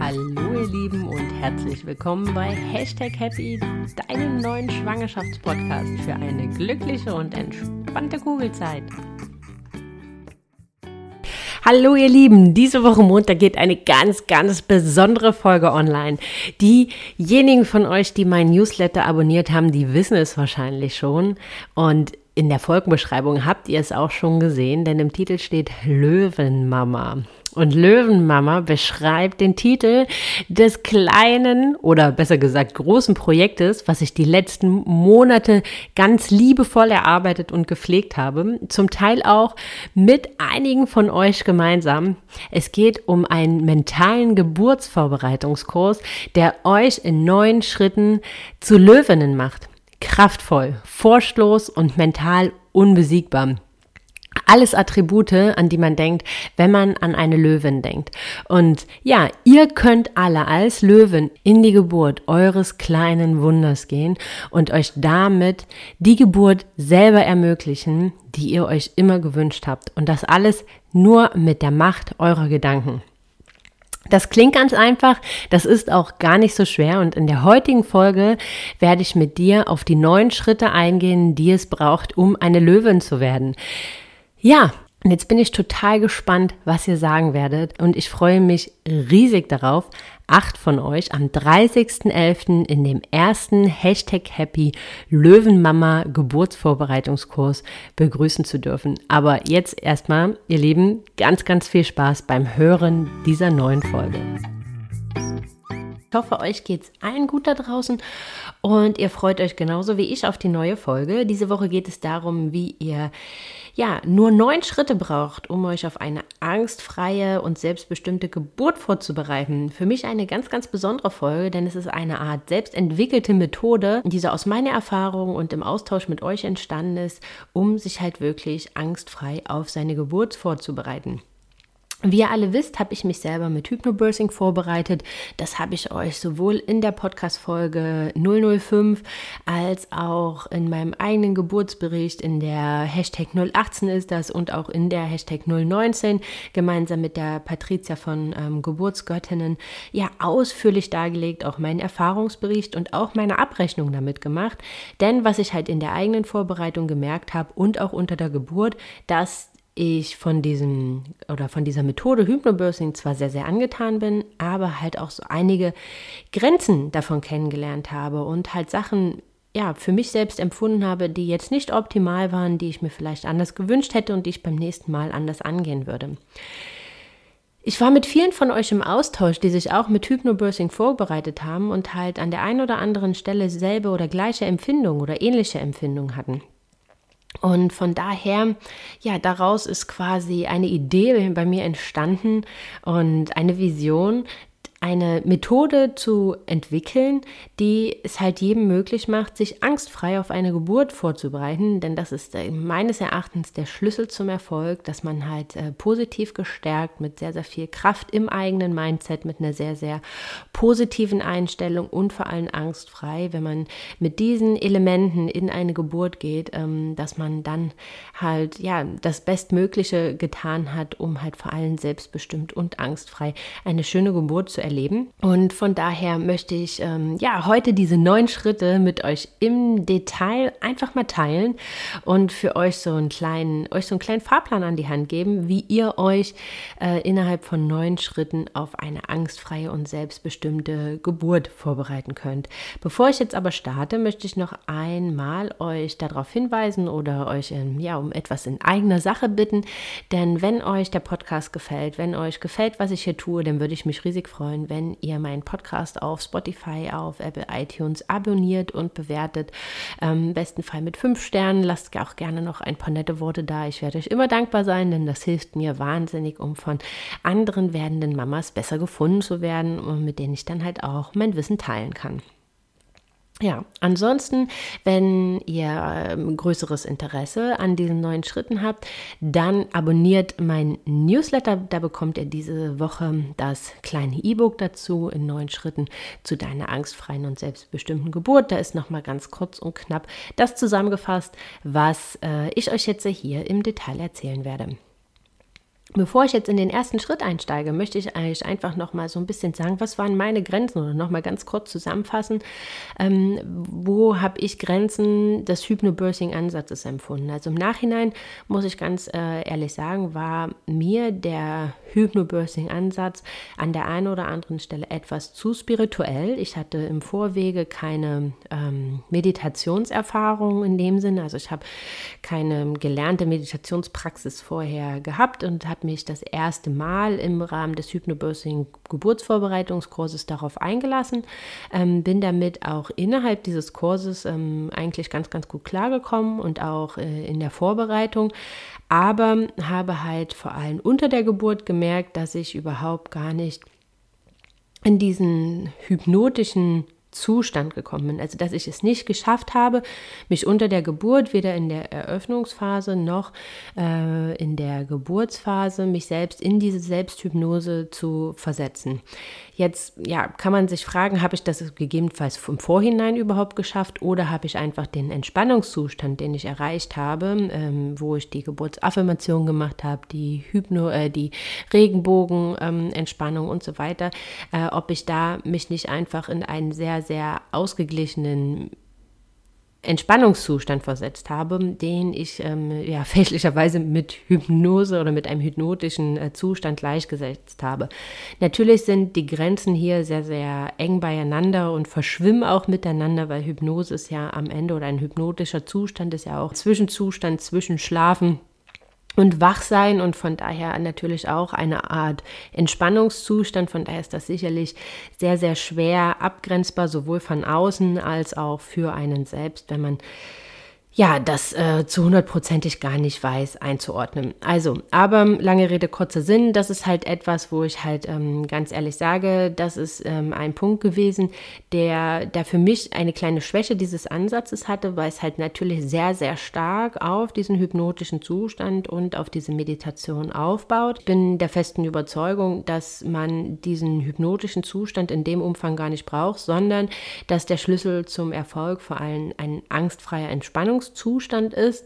Hallo ihr Lieben und herzlich willkommen bei #Happy, deinem neuen Schwangerschaftspodcast für eine glückliche und entspannte Kugelzeit. Hallo ihr Lieben, diese Woche Montag geht eine ganz besondere Folge online. Diejenigen von euch, die meinen Newsletter abonniert haben, die wissen es wahrscheinlich schon und in der Folgenbeschreibung habt ihr es auch schon gesehen, denn im Titel steht Löwenmama. Und Löwenmama beschreibt den Titel des kleinen oder besser gesagt großen Projektes, was ich die letzten Monate ganz liebevoll erarbeitet und gepflegt habe. Zum Teil auch mit einigen von euch gemeinsam. Es geht um einen mentalen Geburtsvorbereitungskurs, der euch in 9 Schritten zu Löwinnen macht. Kraftvoll, furchtlos und mental unbesiegbar. Alles Attribute, an die man denkt, wenn man an eine Löwin denkt. Und ja, ihr könnt alle als Löwin in die Geburt eures kleinen Wunders gehen und euch damit die Geburt selber ermöglichen, die ihr euch immer gewünscht habt. Und das alles nur mit der Macht eurer Gedanken. Das klingt ganz einfach, das ist auch gar nicht so schwer und in der heutigen Folge werde ich mit dir auf die 9 Schritte eingehen, die es braucht, um eine Löwin zu werden. Ja, und jetzt bin ich total gespannt, was ihr sagen werdet und ich freue mich riesig darauf, 8 von euch am 30.11. in dem ersten #Happy Löwenmama Geburtsvorbereitungskurs begrüßen zu dürfen. Aber jetzt erstmal, ihr Lieben, ganz viel Spaß beim Hören dieser neuen Folge. Ich hoffe, euch geht's allen gut da draußen und ihr freut euch genauso wie ich auf die neue Folge. Diese Woche geht es darum, wie ihr nur 9 Schritte braucht, um euch auf eine angstfreie und selbstbestimmte Geburt vorzubereiten. Für mich eine ganz besondere Folge, denn es ist eine Art selbstentwickelte Methode, die so aus meiner Erfahrung und im Austausch mit euch entstanden ist, um sich halt wirklich angstfrei auf seine Geburt vorzubereiten. Wie ihr alle wisst, habe ich mich selber mit Hypnobirthing vorbereitet. Das habe ich euch sowohl in der Podcast-Folge 005 als auch in meinem eigenen Geburtsbericht in der #018 ist das und auch in der #019 gemeinsam mit der Patricia von Geburtsgöttinnen ausführlich dargelegt, auch meinen Erfahrungsbericht und auch meine Abrechnung damit gemacht. Denn was ich halt in der eigenen Vorbereitung gemerkt habe und auch unter der Geburt, dass ich von dieser Methode Hypnobirthing zwar sehr angetan bin, aber halt auch so einige Grenzen davon kennengelernt habe und halt Sachen für mich selbst empfunden habe, die jetzt nicht optimal waren, die ich mir vielleicht anders gewünscht hätte und die ich beim nächsten Mal anders angehen würde. Ich war mit vielen von euch im Austausch, die sich auch mit Hypnobirthing vorbereitet haben und halt an der einen oder anderen Stelle selbe oder gleiche Empfindung oder ähnliche Empfindungen hatten. Und von daher, daraus ist quasi eine Idee bei mir entstanden und eine Vision, eine Methode zu entwickeln, die es halt jedem möglich macht, sich angstfrei auf eine Geburt vorzubereiten, denn das ist meines Erachtens der Schlüssel zum Erfolg, dass man halt positiv gestärkt mit sehr viel Kraft im eigenen Mindset, mit einer sehr positiven Einstellung und vor allem angstfrei, wenn man mit diesen Elementen in eine Geburt geht, dass man dann halt das Bestmögliche getan hat, um halt vor allem selbstbestimmt und angstfrei eine schöne Geburt zu erleben. Und von daher möchte ich heute diese 9 Schritte mit euch im Detail einfach mal teilen und für euch so einen kleinen Fahrplan an die Hand geben, wie ihr euch innerhalb von 9 Schritten auf eine angstfreie und selbstbestimmte Geburt vorbereiten könnt. Bevor ich jetzt aber starte, möchte ich noch einmal euch darauf hinweisen oder euch um etwas in eigener Sache bitten, denn wenn euch der Podcast gefällt, wenn euch gefällt, was ich hier tue, dann würde ich mich riesig freuen, wenn ihr meinen Podcast auf Spotify, auf Apple iTunes abonniert und bewertet. Im besten Fall mit 5 Sternen. Lasst auch gerne noch ein paar nette Worte da. Ich werde euch immer dankbar sein, denn das hilft mir wahnsinnig, um von anderen werdenden Mamas besser gefunden zu werden und mit denen ich dann halt auch mein Wissen teilen kann. Ja, ansonsten, wenn ihr größeres Interesse an diesen 9 Schritten habt, dann abonniert mein Newsletter. Da bekommt ihr diese Woche das kleine E-Book dazu in 9 Schritten zu deiner angstfreien und selbstbestimmten Geburt. Da ist nochmal ganz kurz und knapp das zusammengefasst, was ich euch jetzt hier im Detail erzählen werde. Bevor ich jetzt in den ersten Schritt einsteige, möchte ich euch einfach nochmal so ein bisschen sagen, was waren meine Grenzen oder nochmal ganz kurz zusammenfassen, wo habe ich Grenzen des Hypnobirthing-Ansatzes empfunden. Also im Nachhinein, muss ich ganz ehrlich sagen, war mir der Hypnobirthing-Ansatz an der einen oder anderen Stelle etwas zu spirituell. Ich hatte im Vorwege keine Meditationserfahrung in dem Sinne, also ich habe keine gelernte Meditationspraxis vorher gehabt und habe mich das erste Mal im Rahmen des Hypnobirthing Geburtsvorbereitungskurses darauf eingelassen, bin damit auch innerhalb dieses Kurses eigentlich ganz, ganz gut klargekommen und auch in der Vorbereitung, aber habe halt vor allem unter der Geburt gemerkt, dass ich überhaupt gar nicht in diesen hypnotischen Zustand gekommen bin. Also dass ich es nicht geschafft habe, mich unter der Geburt, weder in der Eröffnungsphase noch in der Geburtsphase, mich selbst in diese Selbsthypnose zu versetzen. Jetzt kann man sich fragen, habe ich das gegebenenfalls im Vorhinein überhaupt geschafft oder habe ich einfach den Entspannungszustand, den ich erreicht habe, wo ich die Geburtsaffirmation gemacht habe, die Regenbogen-Entspannung und so weiter, ob ich da mich nicht einfach in einen sehr, sehr ausgeglichenen Entspannungszustand versetzt habe, den ich fälschlicherweise mit Hypnose oder mit einem hypnotischen Zustand gleichgesetzt habe. Natürlich sind die Grenzen hier sehr, sehr eng beieinander und verschwimmen auch miteinander, weil Hypnose ist ja am Ende oder ein hypnotischer Zustand ist ja auch Zwischenzustand zwischen Schlafen und Wachsein und von daher natürlich auch eine Art Entspannungszustand. Von daher ist das sicherlich sehr, sehr schwer abgrenzbar, sowohl von außen als auch für einen selbst, wenn man das zu 100%ig gar nicht weiß, einzuordnen. Also, aber lange Rede, kurzer Sinn, das ist halt etwas, wo ich halt ganz ehrlich sage, das ist ein Punkt gewesen, der für mich eine kleine Schwäche dieses Ansatzes hatte, weil es halt natürlich sehr, sehr stark auf diesen hypnotischen Zustand und auf diese Meditation aufbaut. Ich bin der festen Überzeugung, dass man diesen hypnotischen Zustand in dem Umfang gar nicht braucht, sondern dass der Schlüssel zum Erfolg vor allem ein angstfreier Entspannungszustand ist.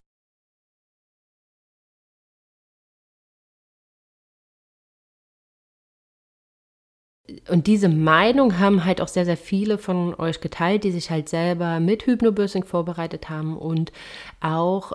Und diese Meinung haben halt auch sehr, sehr viele von euch geteilt, die sich halt selber mit Hypnobirthing vorbereitet haben und auch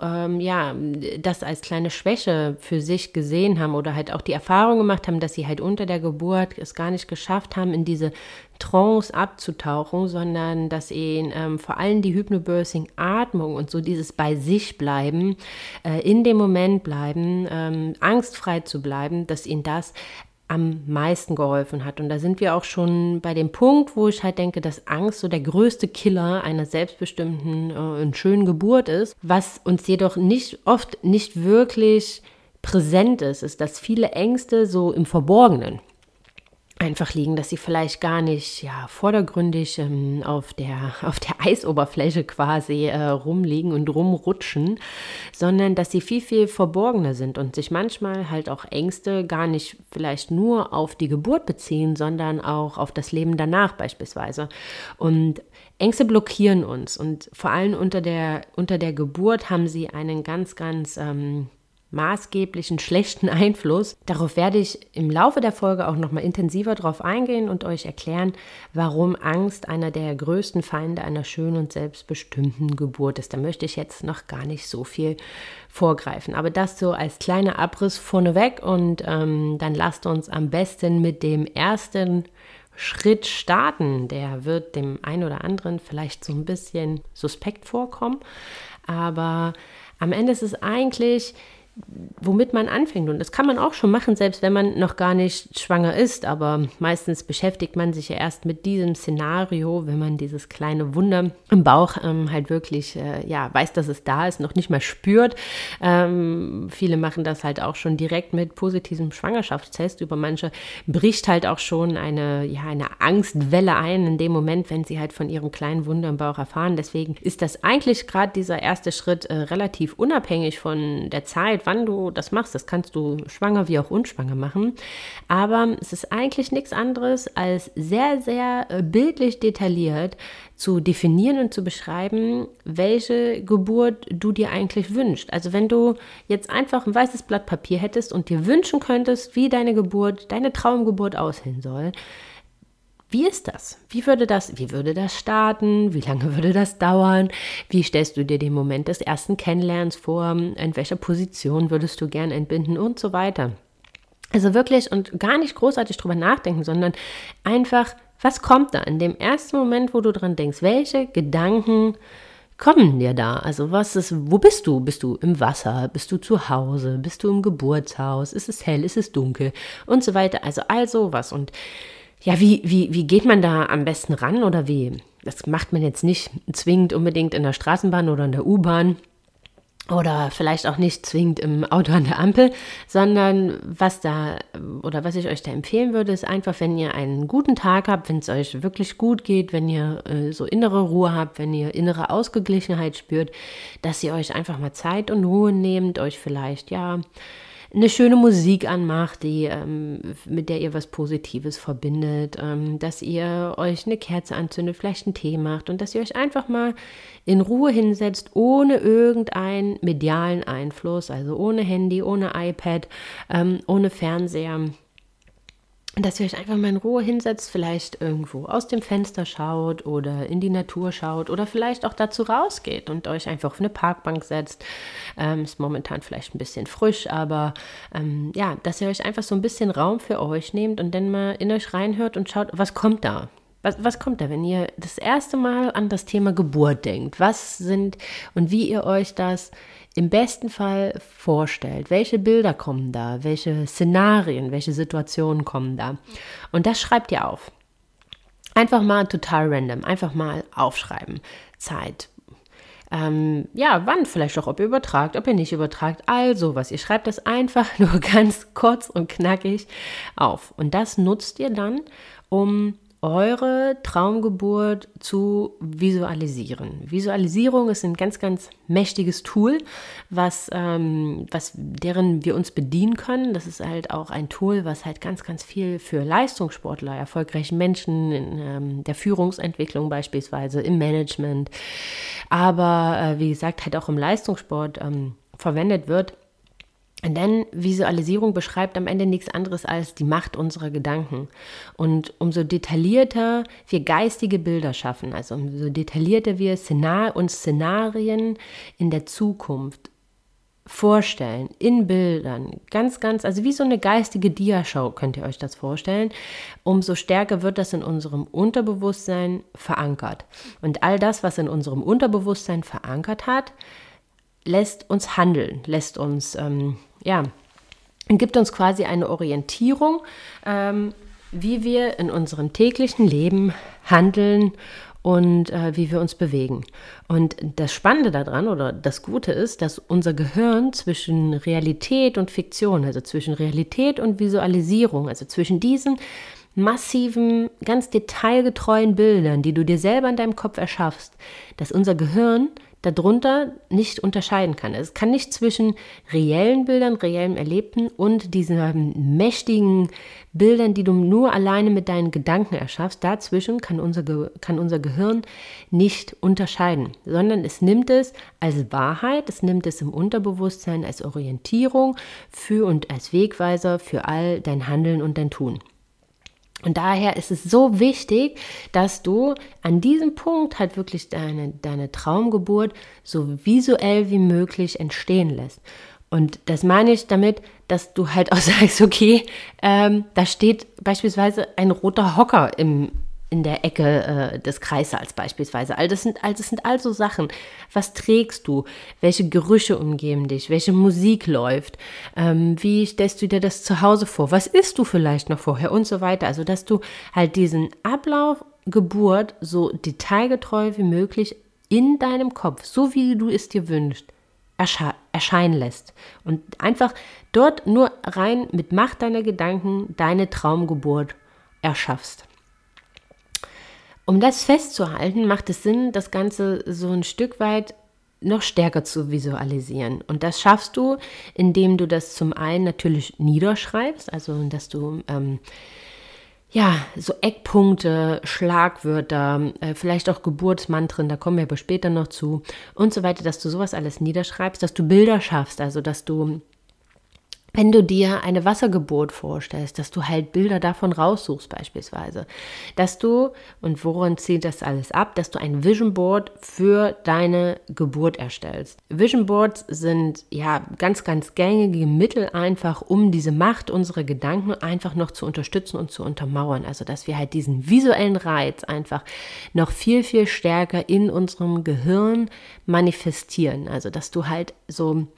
das als kleine Schwäche für sich gesehen haben oder halt auch die Erfahrung gemacht haben, dass sie halt unter der Geburt es gar nicht geschafft haben, in diese Trance abzutauchen, sondern dass ihnen vor allem die Hypnobirthing-Atmung und so dieses bei sich bleiben, in dem Moment bleiben, angstfrei zu bleiben, dass ihnen das am meisten geholfen hat. Und da sind wir auch schon bei dem Punkt, wo ich halt denke, dass Angst so der größte Killer einer selbstbestimmten und schönen Geburt ist. Was uns jedoch oft nicht wirklich präsent ist, dass viele Ängste so im Verborgenen einfach liegen, dass sie vielleicht gar nicht vordergründig auf der Eisoberfläche quasi rumliegen und rumrutschen, sondern dass sie viel, viel verborgener sind und sich manchmal halt auch Ängste gar nicht vielleicht nur auf die Geburt beziehen, sondern auch auf das Leben danach beispielsweise. Und Ängste blockieren uns und vor allem unter der Geburt haben sie einen ganz, ganz maßgeblichen schlechten Einfluss. Darauf werde ich im Laufe der Folge auch nochmal intensiver drauf eingehen und euch erklären, warum Angst einer der größten Feinde einer schönen und selbstbestimmten Geburt ist. Da möchte ich jetzt noch gar nicht so viel vorgreifen. Aber das so als kleiner Abriss vorneweg und dann lasst uns am besten mit dem ersten Schritt starten. Der wird dem einen oder anderen vielleicht so ein bisschen suspekt vorkommen, aber am Ende ist es eigentlich womit man anfängt. Und das kann man auch schon machen, selbst wenn man noch gar nicht schwanger ist. Aber meistens beschäftigt man sich ja erst mit diesem Szenario, wenn man dieses kleine Wunder im Bauch halt wirklich weiß, dass es da ist, noch nicht mal spürt. Viele machen das halt auch schon direkt mit positivem Schwangerschaftstest. Über manche bricht halt auch schon eine Angstwelle ein in dem Moment, wenn sie halt von ihrem kleinen Wunder im Bauch erfahren. Deswegen ist das eigentlich gerade dieser erste Schritt relativ unabhängig von der Zeit, wann du das machst. Das kannst du schwanger wie auch unschwanger machen. Aber es ist eigentlich nichts anderes als sehr, sehr bildlich detailliert zu definieren und zu beschreiben, welche Geburt du dir eigentlich wünschst. Also wenn du jetzt einfach ein weißes Blatt Papier hättest und dir wünschen könntest, wie deine Geburt, deine Traumgeburt aussehen soll, wie ist das? Wie würde das starten? Wie lange würde das dauern? Wie stellst du dir den Moment des ersten Kennenlernens vor? In welcher Position würdest du gern entbinden und so weiter? Also wirklich und gar nicht großartig drüber nachdenken, sondern einfach, was kommt da in dem ersten Moment, wo du dran denkst? Welche Gedanken kommen dir da? Also wo bist du? Bist du im Wasser? Bist du zu Hause? Bist du im Geburtshaus? Ist es hell? Ist es dunkel? Und so weiter. Also all sowas. Und ja, wie geht man da am besten ran oder wie? Das macht man jetzt nicht zwingend unbedingt in der Straßenbahn oder in der U-Bahn oder vielleicht auch nicht zwingend im Auto an der Ampel, sondern was ich euch da empfehlen würde, ist einfach, wenn ihr einen guten Tag habt, wenn es euch wirklich gut geht, wenn ihr so innere Ruhe habt, wenn ihr innere Ausgeglichenheit spürt, dass ihr euch einfach mal Zeit und Ruhe nehmt, euch vielleicht, eine schöne Musik anmacht, mit der ihr was Positives verbindet, dass ihr euch eine Kerze anzündet, vielleicht einen Tee macht und dass ihr euch einfach mal in Ruhe hinsetzt, ohne irgendeinen medialen Einfluss, also ohne Handy, ohne iPad, ohne Fernseher. Dass ihr euch einfach mal in Ruhe hinsetzt, vielleicht irgendwo aus dem Fenster schaut oder in die Natur schaut oder vielleicht auch dazu rausgeht und euch einfach auf eine Parkbank setzt. Ist momentan vielleicht ein bisschen frisch, aber dass ihr euch einfach so ein bisschen Raum für euch nehmt und dann mal in euch reinhört und schaut, was kommt da? Was kommt da, wenn ihr das erste Mal an das Thema Geburt denkt? Und wie ihr euch das im besten Fall vorstellt? Welche Bilder kommen da? Welche Szenarien, welche Situationen kommen da? Und das schreibt ihr auf. Einfach mal total random, einfach mal aufschreiben. Zeit. Wann vielleicht auch, ob ihr übertragt, ob ihr nicht übertragt, all sowas. Ihr schreibt das einfach nur ganz kurz und knackig auf. Und das nutzt ihr dann, um eure Traumgeburt zu visualisieren. Visualisierung ist ein ganz, ganz mächtiges Tool, deren wir uns bedienen können. Das ist halt auch ein Tool, was halt ganz, ganz viel für Leistungssportler, erfolgreichen Menschen in der Führungsentwicklung beispielsweise, im Management, aber wie gesagt halt auch im Leistungssport verwendet wird. Denn Visualisierung beschreibt am Ende nichts anderes als die Macht unserer Gedanken. Und umso detaillierter wir geistige Bilder schaffen, also umso detaillierter wir Szenarien in der Zukunft vorstellen, in Bildern, ganz, ganz, also wie so eine geistige Diashow könnt ihr euch das vorstellen, umso stärker wird das in unserem Unterbewusstsein verankert. Und all das, was in unserem Unterbewusstsein verankert hat, lässt uns handeln, gibt uns quasi eine Orientierung, wie wir in unserem täglichen Leben handeln und wie wir uns bewegen. Und das Spannende daran oder das Gute ist, dass unser Gehirn zwischen Realität und Fiktion, also zwischen Realität und Visualisierung, also zwischen diesen massiven, ganz detailgetreuen Bildern, die du dir selber in deinem Kopf erschaffst, dass unser Gehirn darunter nicht unterscheiden kann. Es kann nicht zwischen reellen Bildern, reellem Erlebten und diesen mächtigen Bildern, die du nur alleine mit deinen Gedanken erschaffst, dazwischen kann unser Gehirn nicht unterscheiden, sondern es nimmt es als Wahrheit, es nimmt es im Unterbewusstsein als Orientierung und als Wegweiser für all dein Handeln und dein Tun. Und daher ist es so wichtig, dass du an diesem Punkt halt wirklich deine Traumgeburt so visuell wie möglich entstehen lässt. Und das meine ich damit, dass du halt auch sagst, okay, da steht beispielsweise ein roter Hocker in der Ecke des Kreissaals beispielsweise. Das sind also Sachen. Was trägst du? Welche Gerüche umgeben dich? Welche Musik läuft? Wie stellst du dir das zu Hause vor? Was isst du vielleicht noch vorher? Und so weiter. Also, dass du halt diesen Ablauf Geburt so detailgetreu wie möglich in deinem Kopf, so wie du es dir wünschst, erscheinen lässt. Und einfach dort nur rein mit Macht deiner Gedanken deine Traumgeburt erschaffst. Um das festzuhalten, macht es Sinn, das Ganze so ein Stück weit noch stärker zu visualisieren. Und das schaffst du, indem du das zum einen natürlich niederschreibst, also dass du so Eckpunkte, Schlagwörter, vielleicht auch Geburtsmantren, da kommen wir aber später noch zu und so weiter, dass du sowas alles niederschreibst, dass du Bilder schaffst, also dass du, wenn du dir eine Wassergeburt vorstellst, dass du halt Bilder davon raussuchst beispielsweise, dass du, und woran zielt das alles ab, dass du ein Vision Board für deine Geburt erstellst. Vision Boards sind ganz, ganz gängige Mittel einfach, um diese Macht unserer Gedanken einfach noch zu unterstützen und zu untermauern. Also dass wir halt diesen visuellen Reiz einfach noch viel, viel stärker in unserem Gehirn manifestieren. Also dass du halt so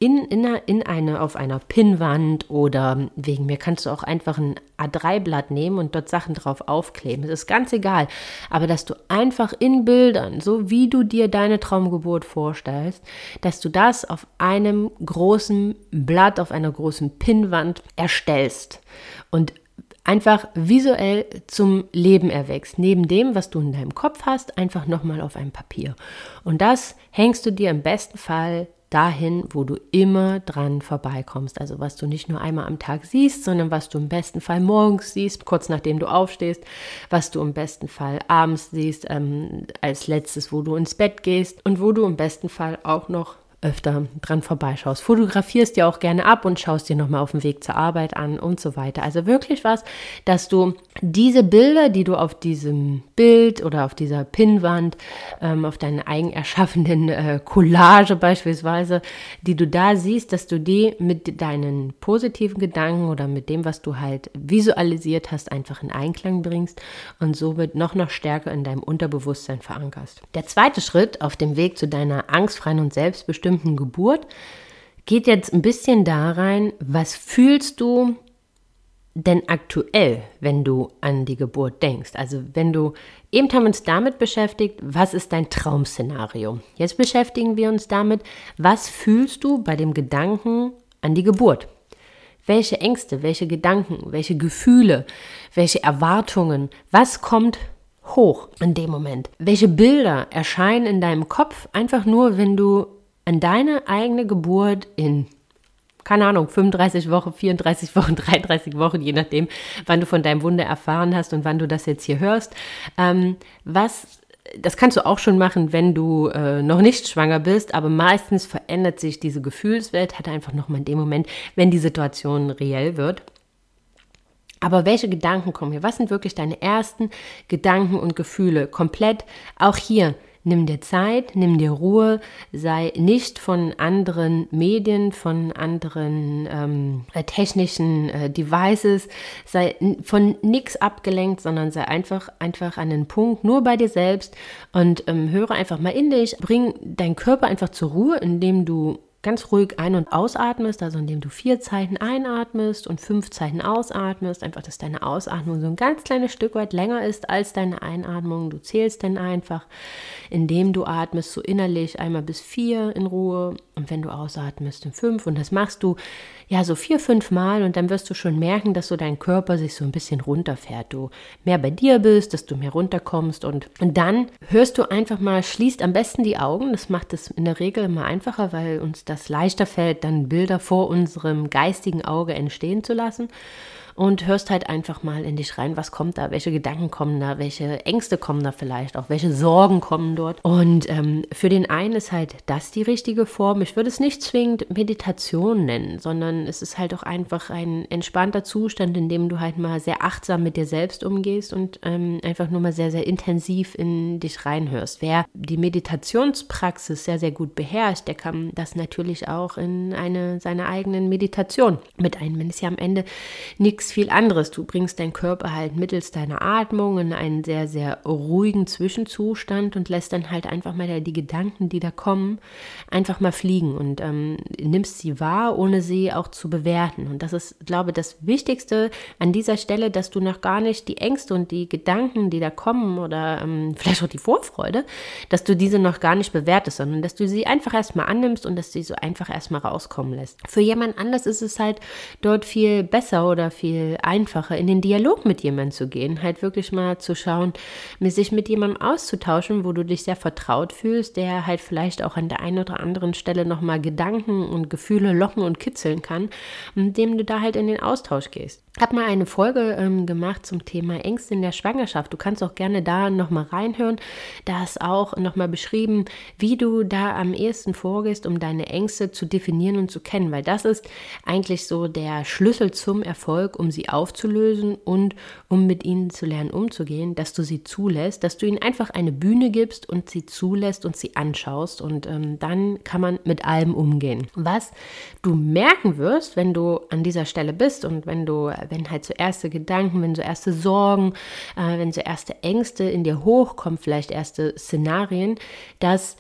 auf einer Pinnwand oder wegen mir kannst du auch einfach ein A3-Blatt nehmen und dort Sachen drauf aufkleben. Es ist ganz egal, aber dass du einfach in Bildern, so wie du dir deine Traumgeburt vorstellst, dass du das auf einem großen Blatt, auf einer großen Pinnwand erstellst und einfach visuell zum Leben erwächst, neben dem, was du in deinem Kopf hast, einfach nochmal auf einem Papier. Und das hängst du dir im besten Fall dahin, wo du immer dran vorbeikommst. Also was du nicht nur einmal am Tag siehst, sondern was du im besten Fall morgens siehst, kurz nachdem du aufstehst, was du im besten Fall abends siehst, als letztes, wo du ins Bett gehst und wo du im besten Fall auch noch öfter dran vorbeischaust. Fotografierst dir auch gerne ab und schaust dir nochmal auf dem Weg zur Arbeit an und so weiter. Also wirklich was, dass du diese Bilder, die du auf diesem Bild oder auf dieser Pinnwand, auf deiner eigen erschaffenen Collage beispielsweise, die du da siehst, dass du die mit deinen positiven Gedanken oder mit dem, was du halt visualisiert hast, einfach in Einklang bringst und somit noch stärker in deinem Unterbewusstsein verankerst. Der zweite Schritt auf dem Weg zu deiner angstfreien und selbstbestimmten Geburt geht jetzt ein bisschen da rein, was fühlst du denn aktuell, wenn du an die Geburt denkst? Also eben haben wir uns damit beschäftigt, was ist dein Traum-Szenario? Jetzt beschäftigen wir uns damit, was fühlst du bei dem Gedanken an die Geburt? Welche Ängste, welche Gedanken, welche Gefühle, welche Erwartungen, was kommt hoch in dem Moment? Welche Bilder erscheinen in deinem Kopf einfach nur, wenn du an deine eigene Geburt in, 35 Wochen, 34 Wochen, 33 Wochen, je nachdem, wann du von deinem Wunder erfahren hast und wann du das jetzt hier hörst. Das kannst du auch schon machen, wenn du noch nicht schwanger bist, aber meistens verändert sich diese Gefühlswelt, hat einfach nochmal in dem Moment, wenn die Situation reell wird. Aber welche Gedanken kommen hier? Was sind wirklich deine ersten Gedanken und Gefühle? Komplett auch hier. Nimm dir Zeit, nimm dir Ruhe, sei nicht von anderen Medien, von anderen technischen Devices, sei von nichts abgelenkt, sondern sei einfach an den Punkt, nur bei dir selbst und höre einfach mal in dich, bring deinen Körper einfach zur Ruhe, indem du ganz ruhig ein- und ausatmest, also indem du 4 Zeiten einatmest und 5 Zeiten ausatmest, einfach, dass deine Ausatmung so ein ganz kleines Stück weit länger ist als deine Einatmung. Du zählst dann einfach, indem du atmest, so innerlich einmal bis 4 in Ruhe und wenn du ausatmest, in 5 und das machst du so 4, 5 Mal und dann wirst du schon merken, dass so dein Körper sich so ein bisschen runterfährt, du mehr bei dir bist, dass du mehr runterkommst und dann hörst du einfach mal, schließt am besten die Augen, das macht es in der Regel immer einfacher, weil uns das leichter fällt, dann Bilder vor unserem geistigen Auge entstehen zu lassen und hörst halt einfach mal in dich rein, was kommt da, welche Gedanken kommen da, welche Ängste kommen da vielleicht auch, welche Sorgen kommen dort. Und für den einen ist halt das die richtige Form. Ich würde es nicht zwingend Meditation nennen, sondern es ist halt auch einfach ein entspannter Zustand, in dem du halt mal sehr achtsam mit dir selbst umgehst und einfach nur mal sehr, sehr intensiv in dich reinhörst. Wer die Meditationspraxis sehr, sehr gut beherrscht, der kann das natürlich auch in seine eigenen Meditation mit einbinden. Ist ja am Ende nichts viel anderes. Du bringst deinen Körper halt mittels deiner Atmung in einen sehr, sehr ruhigen Zwischenzustand und lässt dann halt einfach mal die Gedanken, die da kommen, einfach mal fliegen und nimmst sie wahr, ohne sie auch zu bewerten. Und das ist, glaube ich, das Wichtigste an dieser Stelle, dass du noch gar nicht die Ängste und die Gedanken, die da kommen oder vielleicht auch die Vorfreude, dass du diese noch gar nicht bewertest, sondern dass du sie einfach erstmal annimmst und dass du sie so einfach erstmal rauskommen lässt. Für jemand anders ist es halt dort viel besser oder viel viel einfacher, in den Dialog mit jemandem zu gehen, halt wirklich mal zu schauen, sich mit jemandem auszutauschen, wo du dich sehr vertraut fühlst, der halt vielleicht auch an der einen oder anderen Stelle nochmal Gedanken und Gefühle locken und kitzeln kann, mit dem du da halt in den Austausch gehst. Ich habe mal eine Folge gemacht zum Thema Ängste in der Schwangerschaft. Du kannst auch gerne da nochmal reinhören. Da ist auch nochmal beschrieben, wie du da am ehesten vorgehst, um deine Ängste zu definieren und zu kennen, weil das ist eigentlich so der Schlüssel zum Erfolg, um sie aufzulösen und um mit ihnen zu lernen umzugehen, dass du sie zulässt, dass du ihnen einfach eine Bühne gibst und sie zulässt und sie anschaust und dann kann man mit allem umgehen. Was du merken wirst, wenn du an dieser Stelle bist und wenn halt so erste Gedanken, wenn so erste Sorgen, wenn so erste Ängste in dir hochkommen, vielleicht erste Szenarien, dass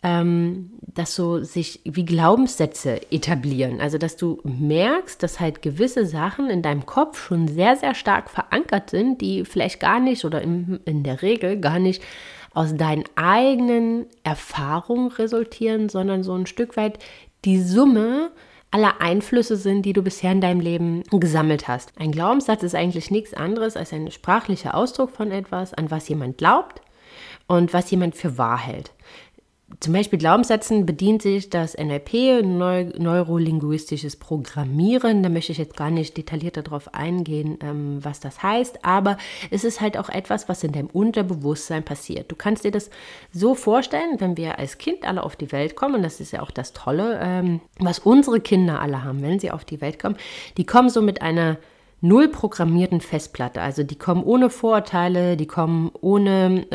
so sich wie Glaubenssätze etablieren. Also, dass du merkst, dass halt gewisse Sachen in deinem Kopf schon sehr, sehr stark verankert sind, die vielleicht gar nicht oder in der Regel gar nicht aus deinen eigenen Erfahrungen resultieren, sondern so ein Stück weit die Summe aller Einflüsse sind, die du bisher in deinem Leben gesammelt hast. Ein Glaubenssatz ist eigentlich nichts anderes als ein sprachlicher Ausdruck von etwas, an was jemand glaubt und was jemand für wahr hält. Zum Beispiel Glaubenssätzen bedient sich das NLP, neurolinguistisches Programmieren. Da möchte ich jetzt gar nicht detaillierter darauf eingehen, was das heißt, aber es ist halt auch etwas, was in deinem Unterbewusstsein passiert. Du kannst dir das so vorstellen, wenn wir als Kind alle auf die Welt kommen, und das ist ja auch das Tolle, was unsere Kinder alle haben, wenn sie auf die Welt kommen, die kommen so mit einer null programmierten Festplatte, also die kommen ohne Vorurteile, die kommen mit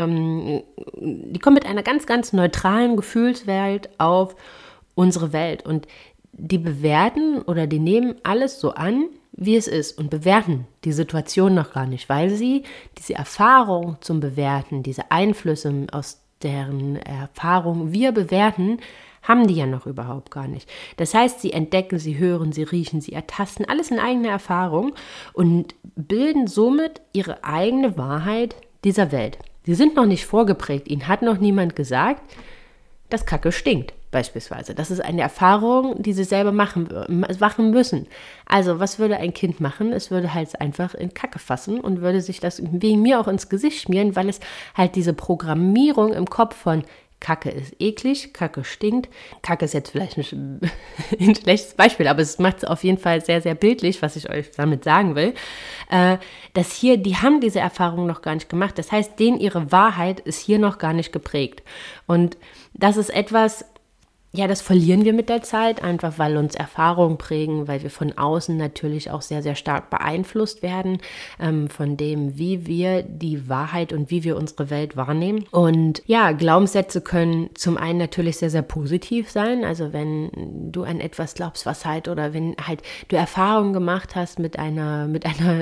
einer ganz, ganz neutralen Gefühlswelt auf unsere Welt und die bewerten oder die nehmen alles so an, wie es ist und bewerten die Situation noch gar nicht, weil sie diese Erfahrung zum Bewerten, diese Einflüsse, aus deren Erfahrung wir bewerten, haben die ja noch überhaupt gar nicht. Das heißt, sie entdecken, sie hören, sie riechen, sie ertasten, alles in eigener Erfahrung und bilden somit ihre eigene Wahrheit dieser Welt. Sie sind noch nicht vorgeprägt, ihnen hat noch niemand gesagt, dass Kacke stinkt, beispielsweise. Das ist eine Erfahrung, die sie selber machen müssen. Also, was würde ein Kind machen? Es würde halt einfach in Kacke fassen und würde sich das wegen mir auch ins Gesicht schmieren, weil es halt diese Programmierung im Kopf von Kacke ist eklig, Kacke stinkt. Kacke ist jetzt vielleicht ein schlechtes Beispiel, aber es macht es auf jeden Fall sehr, sehr bildlich, was ich euch damit sagen will. Dass hier, die haben diese Erfahrung noch gar nicht gemacht. Das heißt, denen ihre Wahrheit ist hier noch gar nicht geprägt. Und das ist etwas, ja, das verlieren wir mit der Zeit, einfach weil uns Erfahrungen prägen, weil wir von außen natürlich auch sehr, sehr stark beeinflusst werden von dem, wie wir die Wahrheit und wie wir unsere Welt wahrnehmen. Und ja, Glaubenssätze können zum einen natürlich sehr, sehr positiv sein. Also wenn du an etwas glaubst, was halt, oder wenn halt du Erfahrungen gemacht hast mit einer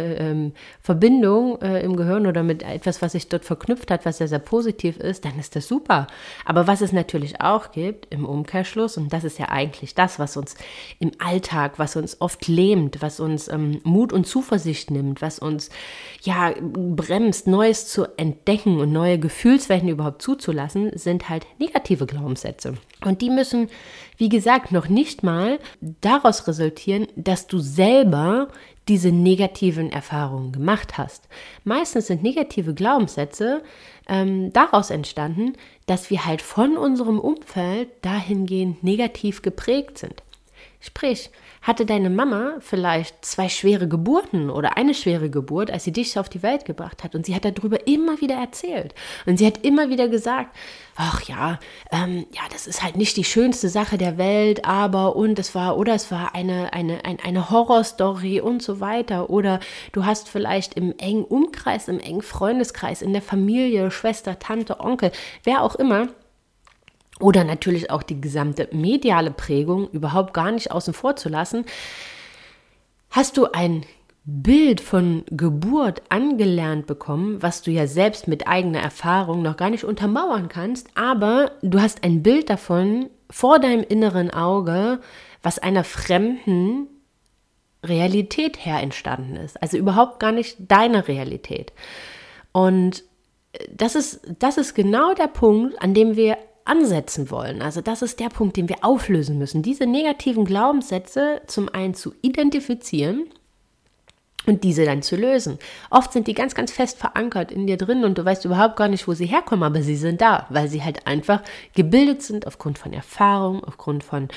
Verbindung im Gehirn oder mit etwas, was sich dort verknüpft hat, was sehr, sehr positiv ist, dann ist das super. Aber was es natürlich auch gibt im Umkehrschluss, und das ist ja eigentlich das, was uns im Alltag, was uns oft lähmt, was uns Mut und Zuversicht nimmt, was uns ja bremst, Neues zu entdecken und neue Gefühlswelten überhaupt zuzulassen, sind halt negative Glaubenssätze. Und die müssen, wie gesagt, noch nicht mal daraus resultieren, dass du selber diese negativen Erfahrungen gemacht hast. Meistens sind negative Glaubenssätze daraus entstanden, dass wir halt von unserem Umfeld dahingehend negativ geprägt sind. Sprich, hatte deine Mama vielleicht 2 schwere Geburten oder eine schwere Geburt, als sie dich auf die Welt gebracht hat, und sie hat darüber immer wieder erzählt und sie hat immer wieder gesagt, ach ja, das ist halt nicht die schönste Sache der Welt, aber es war eine Horrorstory und so weiter, oder du hast vielleicht im engen Umkreis, im engen Freundeskreis, in der Familie, Schwester, Tante, Onkel, wer auch immer, oder natürlich auch die gesamte mediale Prägung überhaupt gar nicht außen vor zu lassen, hast du ein Bild von Geburt angelernt bekommen, was du ja selbst mit eigener Erfahrung noch gar nicht untermauern kannst, aber du hast ein Bild davon vor deinem inneren Auge, was einer fremden Realität her entstanden ist, also überhaupt gar nicht deine Realität. Und das ist genau der Punkt, an dem wir ansetzen wollen. Also das ist der Punkt, den wir auflösen müssen. Diese negativen Glaubenssätze zum einen zu identifizieren und diese dann zu lösen. Oft sind die ganz, ganz fest verankert in dir drin und du weißt überhaupt gar nicht, wo sie herkommen, aber sie sind da, weil sie halt einfach gebildet sind aufgrund von Erfahrung, aufgrund von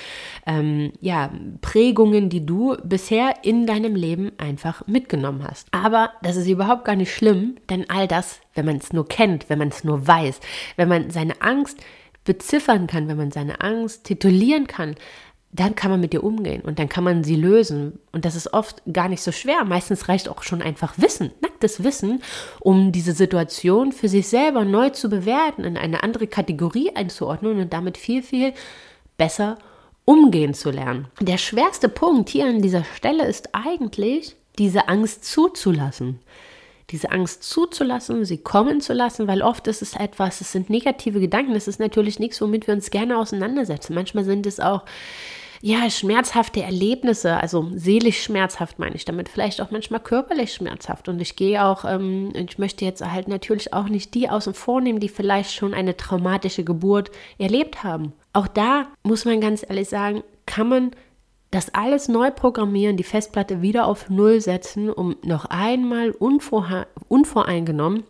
Prägungen, die du bisher in deinem Leben einfach mitgenommen hast. Aber das ist überhaupt gar nicht schlimm, denn all das, wenn man es nur kennt, wenn man es nur weiß, wenn man seine Angst beziffern kann, wenn man seine Angst titulieren kann, dann kann man mit ihr umgehen und dann kann man sie lösen. Und das ist oft gar nicht so schwer. Meistens reicht auch schon einfach Wissen, nacktes Wissen, um diese Situation für sich selber neu zu bewerten, in eine andere Kategorie einzuordnen und damit viel, viel besser umgehen zu lernen. Der schwerste Punkt hier an dieser Stelle ist eigentlich, diese Angst zuzulassen. Diese Angst zuzulassen, sie kommen zu lassen, weil oft ist es etwas, es sind negative Gedanken, das ist natürlich nichts, womit wir uns gerne auseinandersetzen. Manchmal sind es auch schmerzhafte Erlebnisse, also seelisch schmerzhaft meine ich damit, vielleicht auch manchmal körperlich schmerzhaft. Und ich gehe auch, ich möchte jetzt halt natürlich auch nicht die außen vor nehmen, die vielleicht schon eine traumatische Geburt erlebt haben. Auch da muss man ganz ehrlich sagen, kann man das alles neu programmieren, die Festplatte wieder auf Null setzen, um noch einmal unvoreingenommen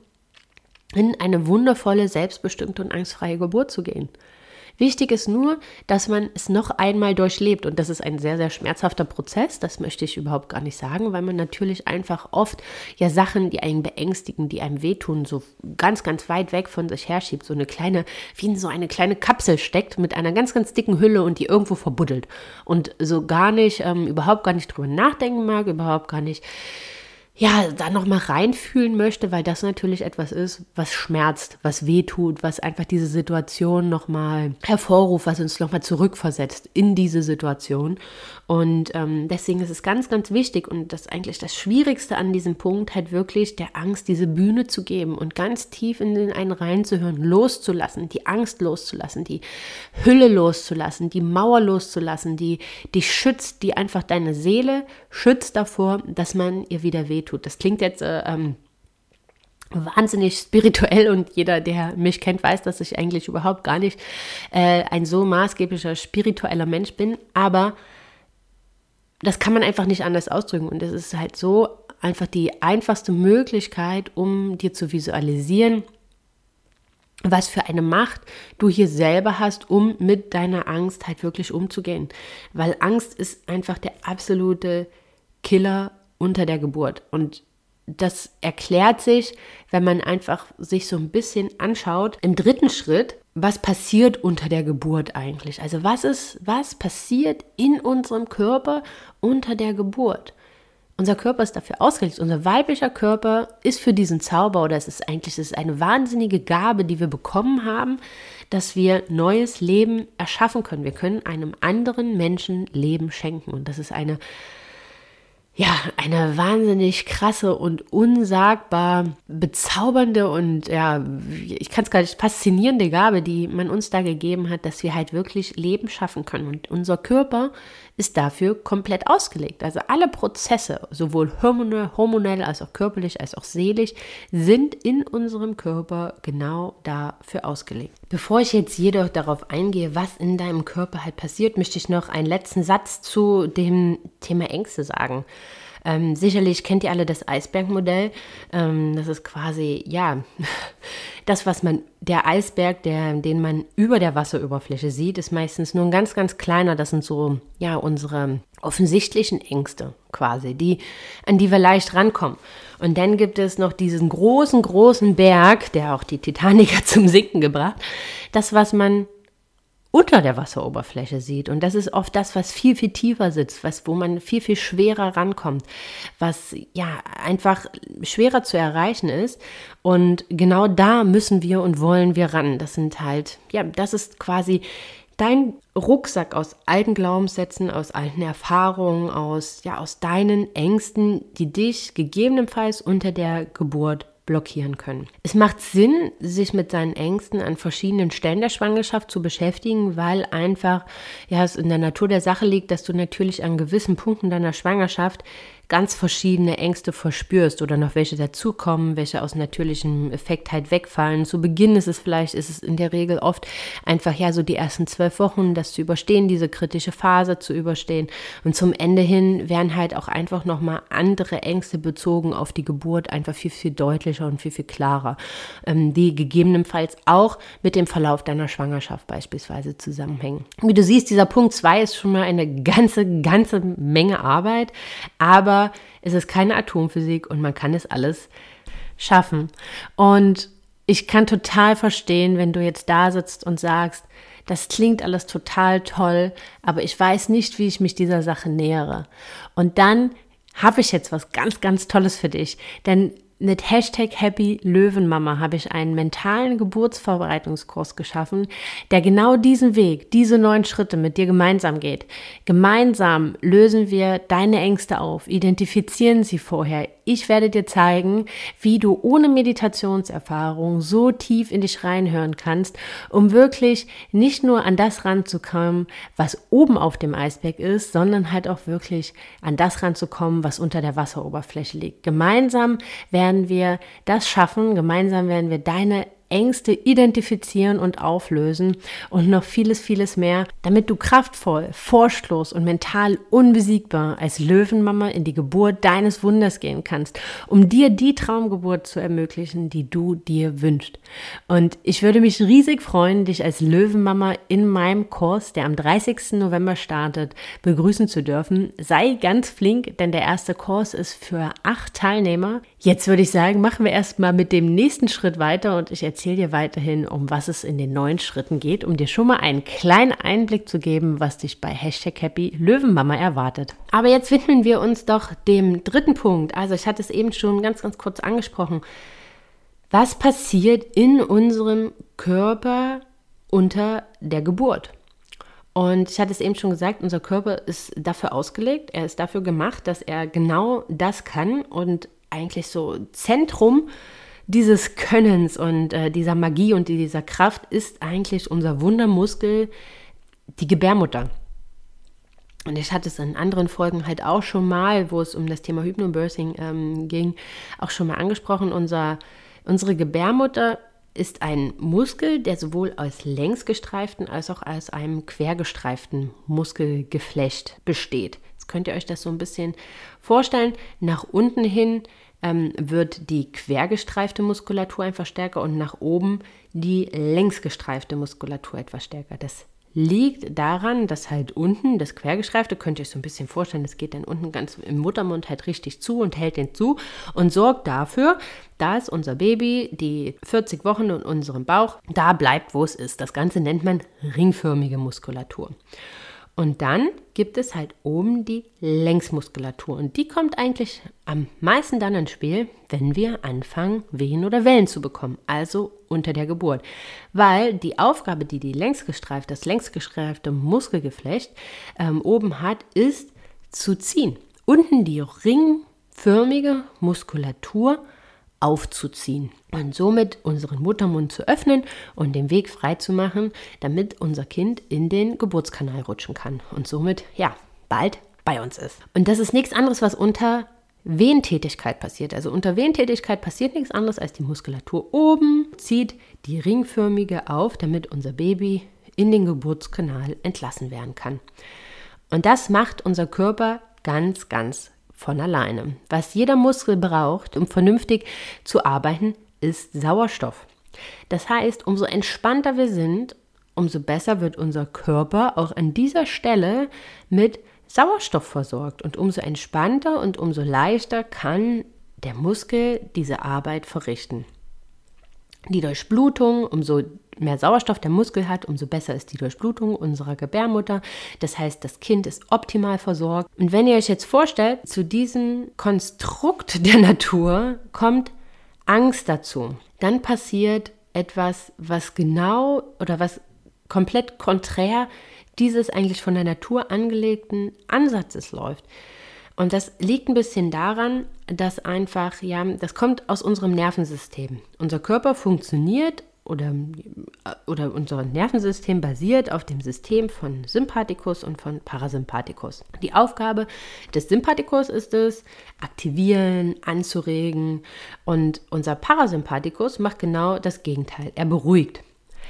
in eine wundervolle, selbstbestimmte und angstfreie Geburt zu gehen. Wichtig ist nur, dass man es noch einmal durchlebt und das ist ein sehr, sehr schmerzhafter Prozess, das möchte ich überhaupt gar nicht sagen, weil man natürlich einfach oft Sachen, die einen beängstigen, die einem wehtun, so ganz, ganz weit weg von sich herschiebt, wie in so eine kleine Kapsel steckt mit einer ganz, ganz dicken Hülle und die irgendwo verbuddelt und so überhaupt gar nicht drüber nachdenken mag, überhaupt gar nicht da nochmal reinfühlen möchte, weil das natürlich etwas ist, was schmerzt, was wehtut, was einfach diese Situation nochmal hervorruft, was uns nochmal zurückversetzt in diese Situation. Und deswegen ist es ganz, ganz wichtig und das ist eigentlich das Schwierigste an diesem Punkt, halt wirklich der Angst diese Bühne zu geben und ganz tief in den einen reinzuhören, loszulassen, die Angst loszulassen, die Hülle loszulassen, die Mauer loszulassen, die dich schützt, die einfach deine Seele schützt davor, dass man ihr wieder wehtut. Das klingt jetzt wahnsinnig spirituell und jeder, der mich kennt, weiß, dass ich eigentlich überhaupt gar nicht ein so maßgeblicher spiritueller Mensch bin, aber das kann man einfach nicht anders ausdrücken und es ist halt so einfach die einfachste Möglichkeit, um dir zu visualisieren, was für eine Macht du hier selber hast, um mit deiner Angst halt wirklich umzugehen, weil Angst ist einfach der absolute Killer unter der Geburt. Und das erklärt sich, wenn man einfach sich so ein bisschen anschaut, im dritten Schritt, was passiert unter der Geburt eigentlich? Also was passiert in unserem Körper unter der Geburt? Unser Körper ist dafür ausgerichtet, unser weiblicher Körper ist für diesen Zauber oder es ist eine wahnsinnige Gabe, die wir bekommen haben, dass wir neues Leben erschaffen können. Wir können einem anderen Menschen Leben schenken und das ist eine wahnsinnig krasse und unsagbar bezaubernde und ich kann es gar nicht, faszinierende Gabe, die man uns da gegeben hat, dass wir halt wirklich Leben schaffen können. Und unser Körper ist dafür komplett ausgelegt. Also alle Prozesse, sowohl hormonell als auch körperlich, als auch seelisch, sind in unserem Körper genau dafür ausgelegt. Bevor ich jetzt jedoch darauf eingehe, was in deinem Körper halt passiert, möchte ich noch einen letzten Satz zu dem Thema Ängste sagen. Sicherlich kennt ihr alle das Eisbergmodell. Das ist quasi, das, der Eisberg, den man über der Wasseroberfläche sieht, ist meistens nur ein ganz, ganz kleiner. Das sind so, unsere offensichtlichen Ängste quasi, an die wir leicht rankommen. Und dann gibt es noch diesen großen, großen Berg, der auch die Titaniker zum Sinken gebracht. Das, was man unter der Wasseroberfläche sieht. Und das ist oft das, was viel, viel tiefer sitzt, wo man viel, viel schwerer rankommt, was einfach schwerer zu erreichen ist. Und genau da müssen wir und wollen wir ran. Das sind halt, das ist quasi dein Rucksack aus alten Glaubenssätzen, aus alten Erfahrungen, aus deinen Ängsten, die dich gegebenenfalls unter der Geburt blockieren können. Es macht Sinn, sich mit seinen Ängsten an verschiedenen Stellen der Schwangerschaft zu beschäftigen, weil einfach es in der Natur der Sache liegt, dass du natürlich an gewissen Punkten deiner Schwangerschaft ganz verschiedene Ängste verspürst oder noch welche dazukommen, welche aus natürlichem Effekt halt wegfallen. Zu Beginn ist es in der Regel oft einfach so die ersten 12 Wochen, das zu überstehen, diese kritische Phase zu überstehen. Und zum Ende hin werden halt auch einfach nochmal andere Ängste bezogen auf die Geburt einfach viel, viel deutlicher und viel, viel klarer, die gegebenenfalls auch mit dem Verlauf deiner Schwangerschaft beispielsweise zusammenhängen. Wie du siehst, dieser Punkt 2 ist schon mal eine ganze Menge Arbeit, aber es ist keine Atomphysik und man kann es alles schaffen. Und ich kann total verstehen, wenn du jetzt da sitzt und sagst, das klingt alles total toll, aber ich weiß nicht, wie ich mich dieser Sache nähere. Und dann habe ich jetzt was ganz, ganz Tolles für dich, denn mit #HappyLöwenmama habe ich einen mentalen Geburtsvorbereitungskurs geschaffen, der genau diesen Weg, diese 9 Schritte mit dir gemeinsam geht. Gemeinsam lösen wir deine Ängste auf, identifizieren sie vorher. Ich werde dir zeigen, wie du ohne Meditationserfahrung so tief in dich reinhören kannst, um wirklich nicht nur an das ranzukommen, was oben auf dem Eisberg ist, sondern halt auch wirklich an das ranzukommen, was unter der Wasseroberfläche liegt. Gemeinsam werden wir das schaffen, gemeinsam werden wir deine Ängste identifizieren und auflösen und noch vieles, vieles mehr, damit du kraftvoll, furchtlos und mental unbesiegbar als Löwenmama in die Geburt deines Wunders gehen kannst, um dir die Traumgeburt zu ermöglichen, die du dir wünschst. Und ich würde mich riesig freuen, dich als Löwenmama in meinem Kurs, der am 30. November startet, begrüßen zu dürfen. Sei ganz flink, denn der erste Kurs ist für 8 Teilnehmer. Jetzt würde ich sagen, machen wir erstmal mit dem nächsten Schritt weiter und ich erzähle dir weiterhin, um was es in den 9 Schritten geht, um dir schon mal einen kleinen Einblick zu geben, was dich bei #HappyLöwenmama erwartet. Aber jetzt widmen wir uns doch dem 3. Punkt. Also ich hatte es eben schon ganz, ganz kurz angesprochen. Was passiert in unserem Körper unter der Geburt? Und ich hatte es eben schon gesagt, unser Körper ist dafür ausgelegt, er ist dafür gemacht, dass er genau das kann und eigentlich so Zentrum dieses Könnens und dieser Magie und dieser Kraft ist eigentlich unser Wundermuskel, die Gebärmutter. Und ich hatte es in anderen Folgen halt auch schon mal, wo es um das Thema Hypnobirthing ging, auch schon mal angesprochen. Unsere Gebärmutter ist ein Muskel, der sowohl aus längsgestreiften als auch aus einem quergestreiften Muskelgeflecht besteht. Jetzt könnt ihr euch das so ein bisschen vorstellen. Nach unten hin wird die quergestreifte Muskulatur einfach stärker und nach oben die längsgestreifte Muskulatur etwas stärker. Das liegt daran, dass halt unten das quergestreifte, könnt ihr euch so ein bisschen vorstellen, das geht dann unten ganz im Muttermund halt richtig zu und hält den zu und sorgt dafür, dass unser Baby die 40 Wochen in unserem Bauch da bleibt, wo es ist. Das Ganze nennt man ringförmige Muskulatur. Und dann gibt es halt oben die Längsmuskulatur und die kommt eigentlich am meisten dann ins Spiel, wenn wir anfangen, Wehen oder Wellen zu bekommen, also unter der Geburt. Weil die Aufgabe, die das längsgestreifte Muskelgeflecht oben hat, ist zu ziehen. Unten die ringförmige Muskulatur aufzuziehen und somit unseren Muttermund zu öffnen und den Weg frei zu machen, damit unser Kind in den Geburtskanal rutschen kann und somit, bald bei uns ist. Und das ist nichts anderes, was unter Wehentätigkeit passiert. Also unter Wehentätigkeit passiert nichts anderes, als die Muskulatur oben zieht die ringförmige auf, damit unser Baby in den Geburtskanal entlassen werden kann. Und das macht unser Körper ganz, ganz von alleine. Was jeder Muskel braucht, um vernünftig zu arbeiten, ist Sauerstoff. Das heißt, umso entspannter wir sind, umso besser wird unser Körper auch an dieser Stelle mit Sauerstoff versorgt. Und umso entspannter und umso leichter kann der Muskel diese Arbeit verrichten. Die Durchblutung, umso mehr Sauerstoff der Muskel hat, umso besser ist die Durchblutung unserer Gebärmutter. Das heißt, das Kind ist optimal versorgt. Und wenn ihr euch jetzt vorstellt, zu diesem Konstrukt der Natur kommt Angst dazu, dann passiert etwas, was genau oder was komplett konträr dieses eigentlich von der Natur angelegten Ansatzes läuft. Und das liegt ein bisschen daran, dass einfach, das kommt aus unserem Nervensystem. Unser Körper funktioniert oder unser Nervensystem basiert auf dem System von Sympathikus und von Parasympathikus. Die Aufgabe des Sympathikus ist es, aktivieren, anzuregen, und unser Parasympathikus macht genau das Gegenteil. Er beruhigt.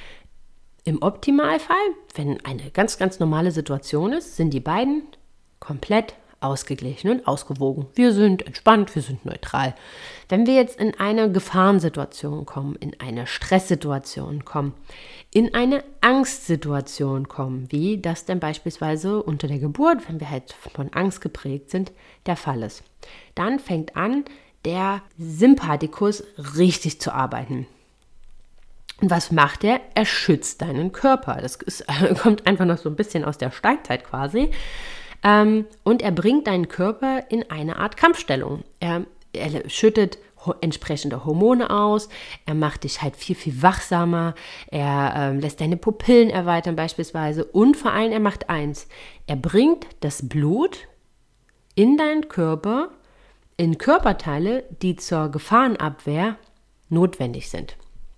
Im Optimalfall, wenn eine ganz, ganz normale Situation ist, sind die beiden komplett ausgeglichen und ausgewogen. Wir sind entspannt, wir sind neutral. Wenn wir jetzt in eine Gefahrensituation kommen, in eine Stresssituation kommen, in eine Angstsituation kommen, wie das denn beispielsweise unter der Geburt, wenn wir halt von Angst geprägt sind, der Fall ist, dann fängt an, der Sympathikus richtig zu arbeiten. Und was macht er? Er schützt deinen Körper. Das kommt einfach noch so ein bisschen aus der Steinzeit quasi. Und er bringt deinen Körper in eine Art Kampfstellung. Er schüttet entsprechende Hormone aus, er macht dich halt viel, viel wachsamer, er lässt deine Pupillen erweitern beispielsweise, und vor allem er macht eins, er bringt das Blut in deinen Körper, in Körperteile, die zur Gefahrenabwehr notwendig sind.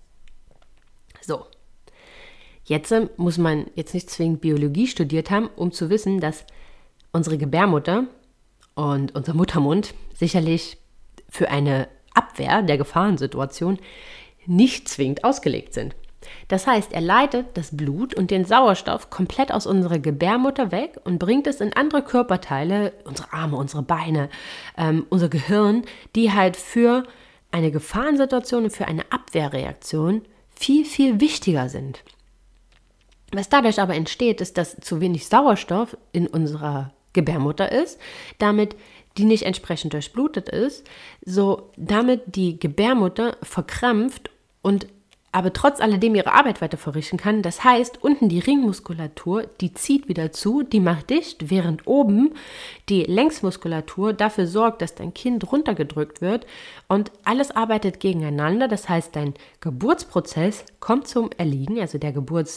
So, jetzt muss man jetzt nicht zwingend Biologie studiert haben, um zu wissen, dass unsere Gebärmutter und unser Muttermund sicherlich für eine Abwehr der Gefahrensituation nicht zwingend ausgelegt sind. Das heißt, er leitet das Blut und den Sauerstoff komplett aus unserer Gebärmutter weg und bringt es in andere Körperteile, unsere Arme, unsere Beine, unser Gehirn, die halt für eine Gefahrensituation und für eine Abwehrreaktion viel, viel wichtiger sind. Was dadurch aber entsteht, ist, dass zu wenig Sauerstoff in unserer Gebärmutter ist, damit die nicht entsprechend durchblutet ist, so damit die Gebärmutter verkrampft und aber trotz alledem ihre Arbeit weiter verrichten kann. Das heißt, unten die Ringmuskulatur, die zieht wieder zu, die macht dicht, während oben die Längsmuskulatur dafür sorgt, dass dein Kind runtergedrückt wird, und alles arbeitet gegeneinander. Das heißt, dein Geburtsprozess kommt zum Erliegen, also der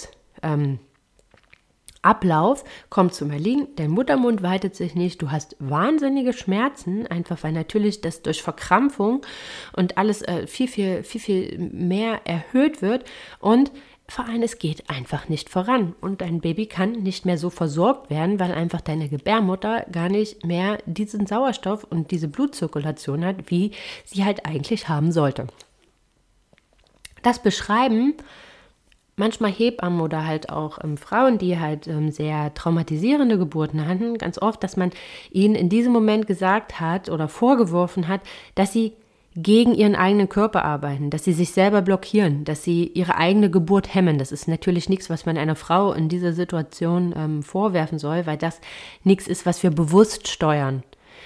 Ablauf kommt zum Erliegen, dein Muttermund weitet sich nicht, du hast wahnsinnige Schmerzen, einfach weil natürlich das durch Verkrampfung und alles viel, viel, viel, viel mehr erhöht wird, und vor allem es geht einfach nicht voran und dein Baby kann nicht mehr so versorgt werden, weil einfach deine Gebärmutter gar nicht mehr diesen Sauerstoff und diese Blutzirkulation hat, wie sie halt eigentlich haben sollte. Das beschreiben manchmal Hebammen oder halt auch Frauen, die halt sehr traumatisierende Geburten hatten, ganz oft, dass man ihnen in diesem Moment gesagt hat oder vorgeworfen hat, dass sie gegen ihren eigenen Körper arbeiten, dass sie sich selber blockieren, dass sie ihre eigene Geburt hemmen. Das ist natürlich nichts, was man einer Frau in dieser Situation vorwerfen soll, weil das nichts ist, was wir bewusst steuern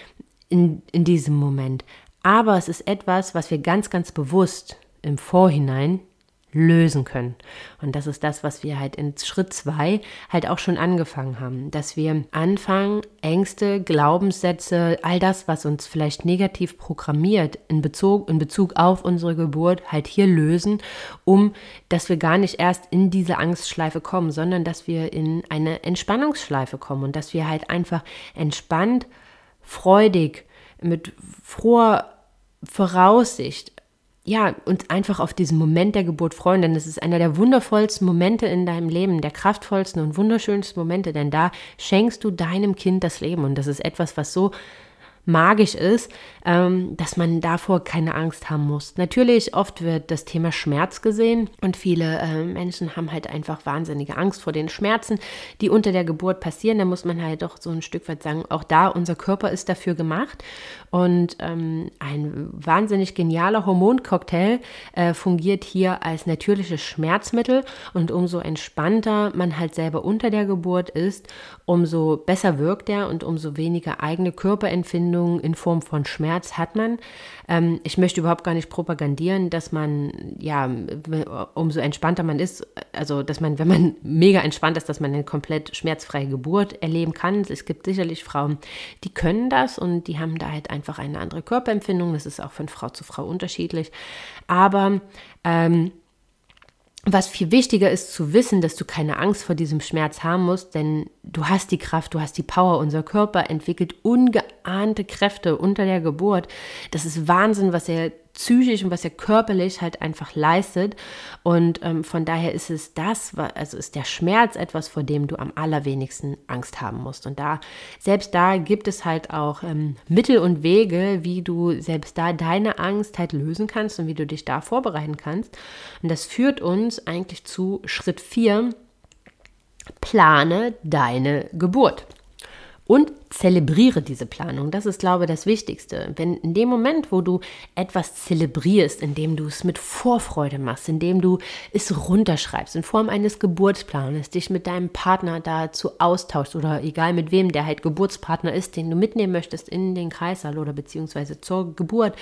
in diesem Moment. Aber es ist etwas, was wir ganz, ganz bewusst im Vorhinein lösen können. Und das ist das, was wir halt in Schritt 2 halt auch schon angefangen haben, dass wir anfangen, Ängste, Glaubenssätze, all das, was uns vielleicht negativ programmiert in Bezug auf unsere Geburt, halt hier lösen, dass wir gar nicht erst in diese Angstschleife kommen, sondern dass wir in eine Entspannungsschleife kommen und dass wir halt einfach entspannt, freudig, mit froher Voraussicht, ja, und einfach auf diesen Moment der Geburt freuen, denn es ist einer der wundervollsten Momente in deinem Leben, der kraftvollsten und wunderschönsten Momente, denn da schenkst du deinem Kind das Leben, und das ist etwas, was so magisch ist, dass man davor keine Angst haben muss. Natürlich, oft wird das Thema Schmerz gesehen und viele Menschen haben halt einfach wahnsinnige Angst vor den Schmerzen, die unter der Geburt passieren. Da muss man halt doch so ein Stück weit sagen, auch da, unser Körper ist dafür gemacht, und ein wahnsinnig genialer Hormoncocktail fungiert hier als natürliches Schmerzmittel, und umso entspannter man halt selber unter der Geburt ist, umso besser wirkt er und umso weniger eigene Körperempfindung in Form von Schmerz hat man. Ich möchte überhaupt gar nicht propagandieren, dass man, ja, umso entspannter man ist, also dass man, wenn man mega entspannt ist, dass man eine komplett schmerzfreie Geburt erleben kann. Es gibt sicherlich Frauen, die können das und die haben da halt einfach eine andere Körperempfindung. Das ist auch von Frau zu Frau unterschiedlich. Aber was viel wichtiger ist zu wissen, dass du keine Angst vor diesem Schmerz haben musst, denn du hast die Kraft, du hast die Power. Unser Körper entwickelt ungeahnte Kräfte unter der Geburt. Das ist Wahnsinn, was er psychisch und was er körperlich halt einfach leistet. Und von daher ist es ist der Schmerz etwas, vor dem du am allerwenigsten Angst haben musst. Und selbst da gibt es halt auch Mittel und Wege, wie du selbst da deine Angst halt lösen kannst und wie du dich da vorbereiten kannst. Und das führt uns eigentlich zu Schritt 4: Plane deine Geburt. Und zelebriere diese Planung. Das ist, glaube ich, das Wichtigste. Wenn in dem Moment, wo du etwas zelebrierst, indem du es mit Vorfreude machst, indem du es runterschreibst, in Form eines Geburtsplanes, dich mit deinem Partner dazu austauschst oder egal mit wem, der halt Geburtspartner ist, den du mitnehmen möchtest in den Kreissaal oder beziehungsweise zur Geburt,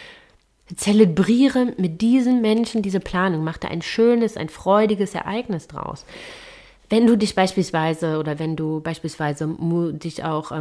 zelebriere mit diesen Menschen diese Planung. Mach da ein schönes, ein freudiges Ereignis draus. Wenn du dich beispielsweise dich auch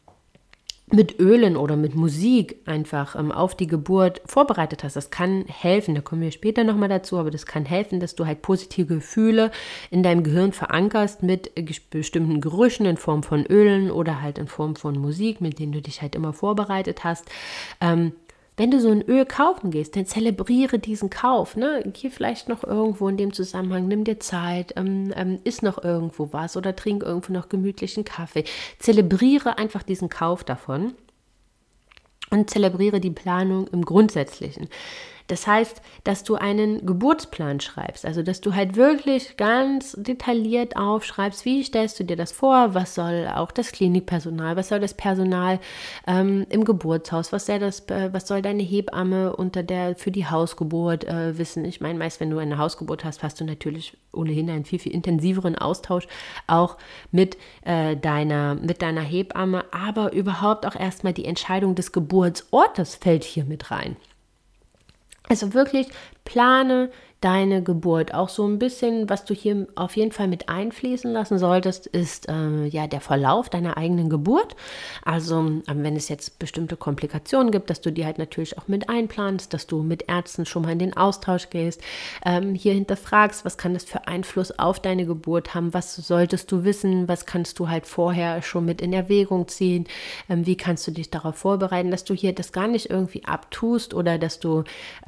mit Ölen oder mit Musik einfach auf die Geburt vorbereitet hast, das kann helfen, da kommen wir später nochmal dazu, aber das kann helfen, dass du halt positive Gefühle in deinem Gehirn verankerst mit bestimmten Gerüchen in Form von Ölen oder halt in Form von Musik, mit denen du dich halt immer vorbereitet hast. Wenn du so ein Öl kaufen gehst, dann zelebriere diesen Kauf. Ne? Geh vielleicht noch irgendwo in dem Zusammenhang, nimm dir Zeit, iss noch irgendwo was oder trink irgendwo noch gemütlichen Kaffee. Zelebriere einfach diesen Kauf davon und zelebriere die Planung im Grundsätzlichen. Das heißt, dass du einen Geburtsplan schreibst, also dass du halt wirklich ganz detailliert aufschreibst, wie stellst du dir das vor, was soll auch das Klinikpersonal, was soll das Personal im Geburtshaus, was soll deine Hebamme für die Hausgeburt wissen. Ich meine, meist wenn du eine Hausgeburt hast du natürlich ohnehin einen viel, viel intensiveren Austausch auch mit deiner Hebamme, aber überhaupt auch erstmal die Entscheidung des Geburtsortes fällt hier mit rein. Also wirklich plane deine Geburt. Auch so ein bisschen, was du hier auf jeden Fall mit einfließen lassen solltest, ist der Verlauf deiner eigenen Geburt. Also wenn es jetzt bestimmte Komplikationen gibt, dass du die halt natürlich auch mit einplanst, dass du mit Ärzten schon mal in den Austausch gehst, hier hinterfragst, was kann das für Einfluss auf deine Geburt haben, was solltest du wissen, was kannst du halt vorher schon mit in Erwägung ziehen, wie kannst du dich darauf vorbereiten, dass du hier das gar nicht irgendwie abtust oder dass du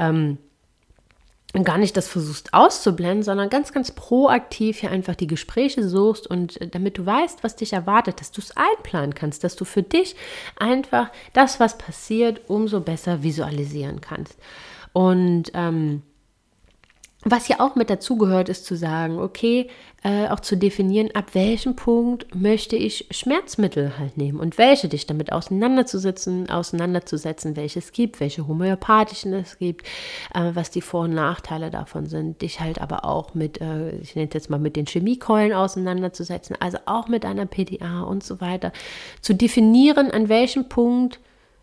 gar nicht das versuchst auszublenden, sondern ganz, ganz proaktiv hier einfach die Gespräche suchst und damit du weißt, was dich erwartet, dass du es einplanen kannst, dass du für dich einfach das, was passiert, umso besser visualisieren kannst. Und was hier auch mit dazugehört, ist zu sagen, okay, auch zu definieren, ab welchem Punkt möchte ich Schmerzmittel halt nehmen und welche, dich damit auseinanderzusetzen, welche es gibt, welche homöopathischen es gibt, was die Vor- und Nachteile davon sind, dich halt aber auch mit, ich nenne es jetzt mal mit den Chemiekeulen auseinanderzusetzen, also auch mit einer PDA und so weiter, zu definieren, an welchem Punkt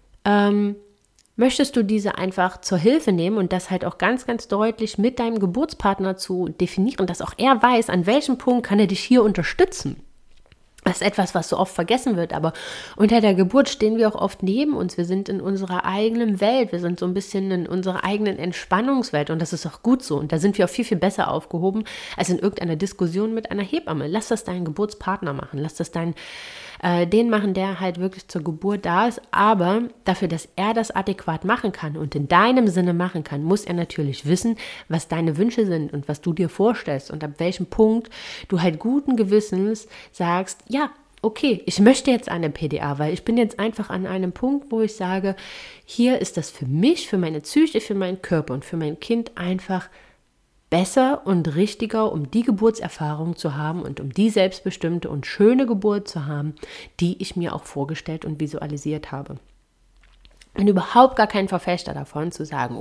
möchtest du diese einfach zur Hilfe nehmen und das halt auch ganz, ganz deutlich mit deinem Geburtspartner zu definieren, dass auch er weiß, an welchem Punkt kann er dich hier unterstützen. Das ist etwas, was so oft vergessen wird, aber unter der Geburt stehen wir auch oft neben uns. Wir sind in unserer eigenen Welt, wir sind so ein bisschen in unserer eigenen Entspannungswelt und das ist auch gut so. Und da sind wir auch viel, viel besser aufgehoben als in irgendeiner Diskussion mit einer Hebamme. Lass das deinen Geburtspartner machen, lass das den machen, der halt wirklich zur Geburt da ist, aber dafür, dass er das adäquat machen kann und in deinem Sinne machen kann, muss er natürlich wissen, was deine Wünsche sind und was du dir vorstellst und ab welchem Punkt du halt guten Gewissens sagst, ja, okay, ich möchte jetzt eine PDA, weil ich bin jetzt einfach an einem Punkt, wo ich sage, hier ist das für mich, für meine Psyche, für meinen Körper und für mein Kind einfach besser und richtiger, um die Geburtserfahrung zu haben und um die selbstbestimmte und schöne Geburt zu haben, die ich mir auch vorgestellt und visualisiert habe. Ich bin überhaupt gar kein Verfechter davon, zu sagen,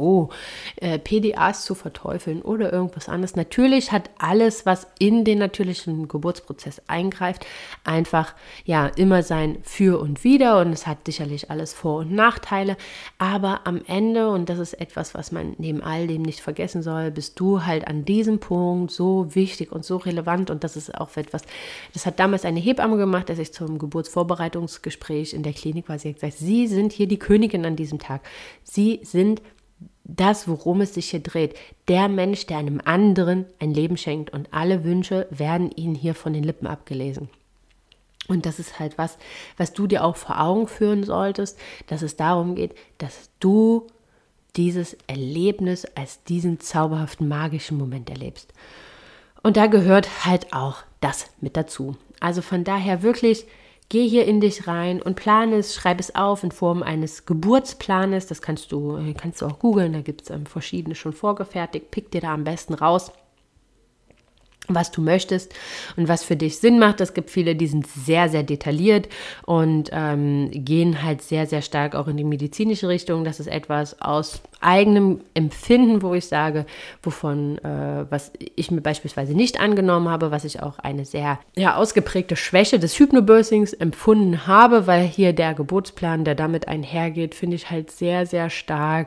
PDAs zu verteufeln oder irgendwas anderes. Natürlich hat alles, was in den natürlichen Geburtsprozess eingreift, einfach immer sein Für und Wider und es hat sicherlich alles Vor- und Nachteile, aber am Ende, und das ist etwas, was man neben all dem nicht vergessen soll, bist du halt an diesem Punkt so wichtig und so relevant und das ist auch etwas, das hat damals eine Hebamme gemacht, als ich zum Geburtsvorbereitungsgespräch in der Klinik war. Sie hat gesagt, Sie sind hier die Königin an diesem Tag. Sie sind das, worum es sich hier dreht. Der Mensch, der einem anderen ein Leben schenkt und alle Wünsche werden Ihnen hier von den Lippen abgelesen. Und das ist halt was du dir auch vor Augen führen solltest, dass es darum geht, dass du dieses Erlebnis als diesen zauberhaften, magischen Moment erlebst. Und da gehört halt auch das mit dazu. Also von daher wirklich, geh hier in dich rein und plane es, schreib es auf in Form eines Geburtsplanes. Das kannst du auch googeln, da gibt es verschiedene schon vorgefertigt. Pick dir da am besten raus, was du möchtest und was für dich Sinn macht. Es gibt viele, die sind sehr, sehr detailliert und gehen halt sehr, sehr stark auch in die medizinische Richtung. Das ist etwas aus eigenem Empfinden, wo ich sage, was ich mir beispielsweise nicht angenommen habe, was ich auch eine sehr ausgeprägte Schwäche des Hypnobirthings empfunden habe, weil hier der Geburtsplan, der damit einhergeht, finde ich halt sehr, sehr stark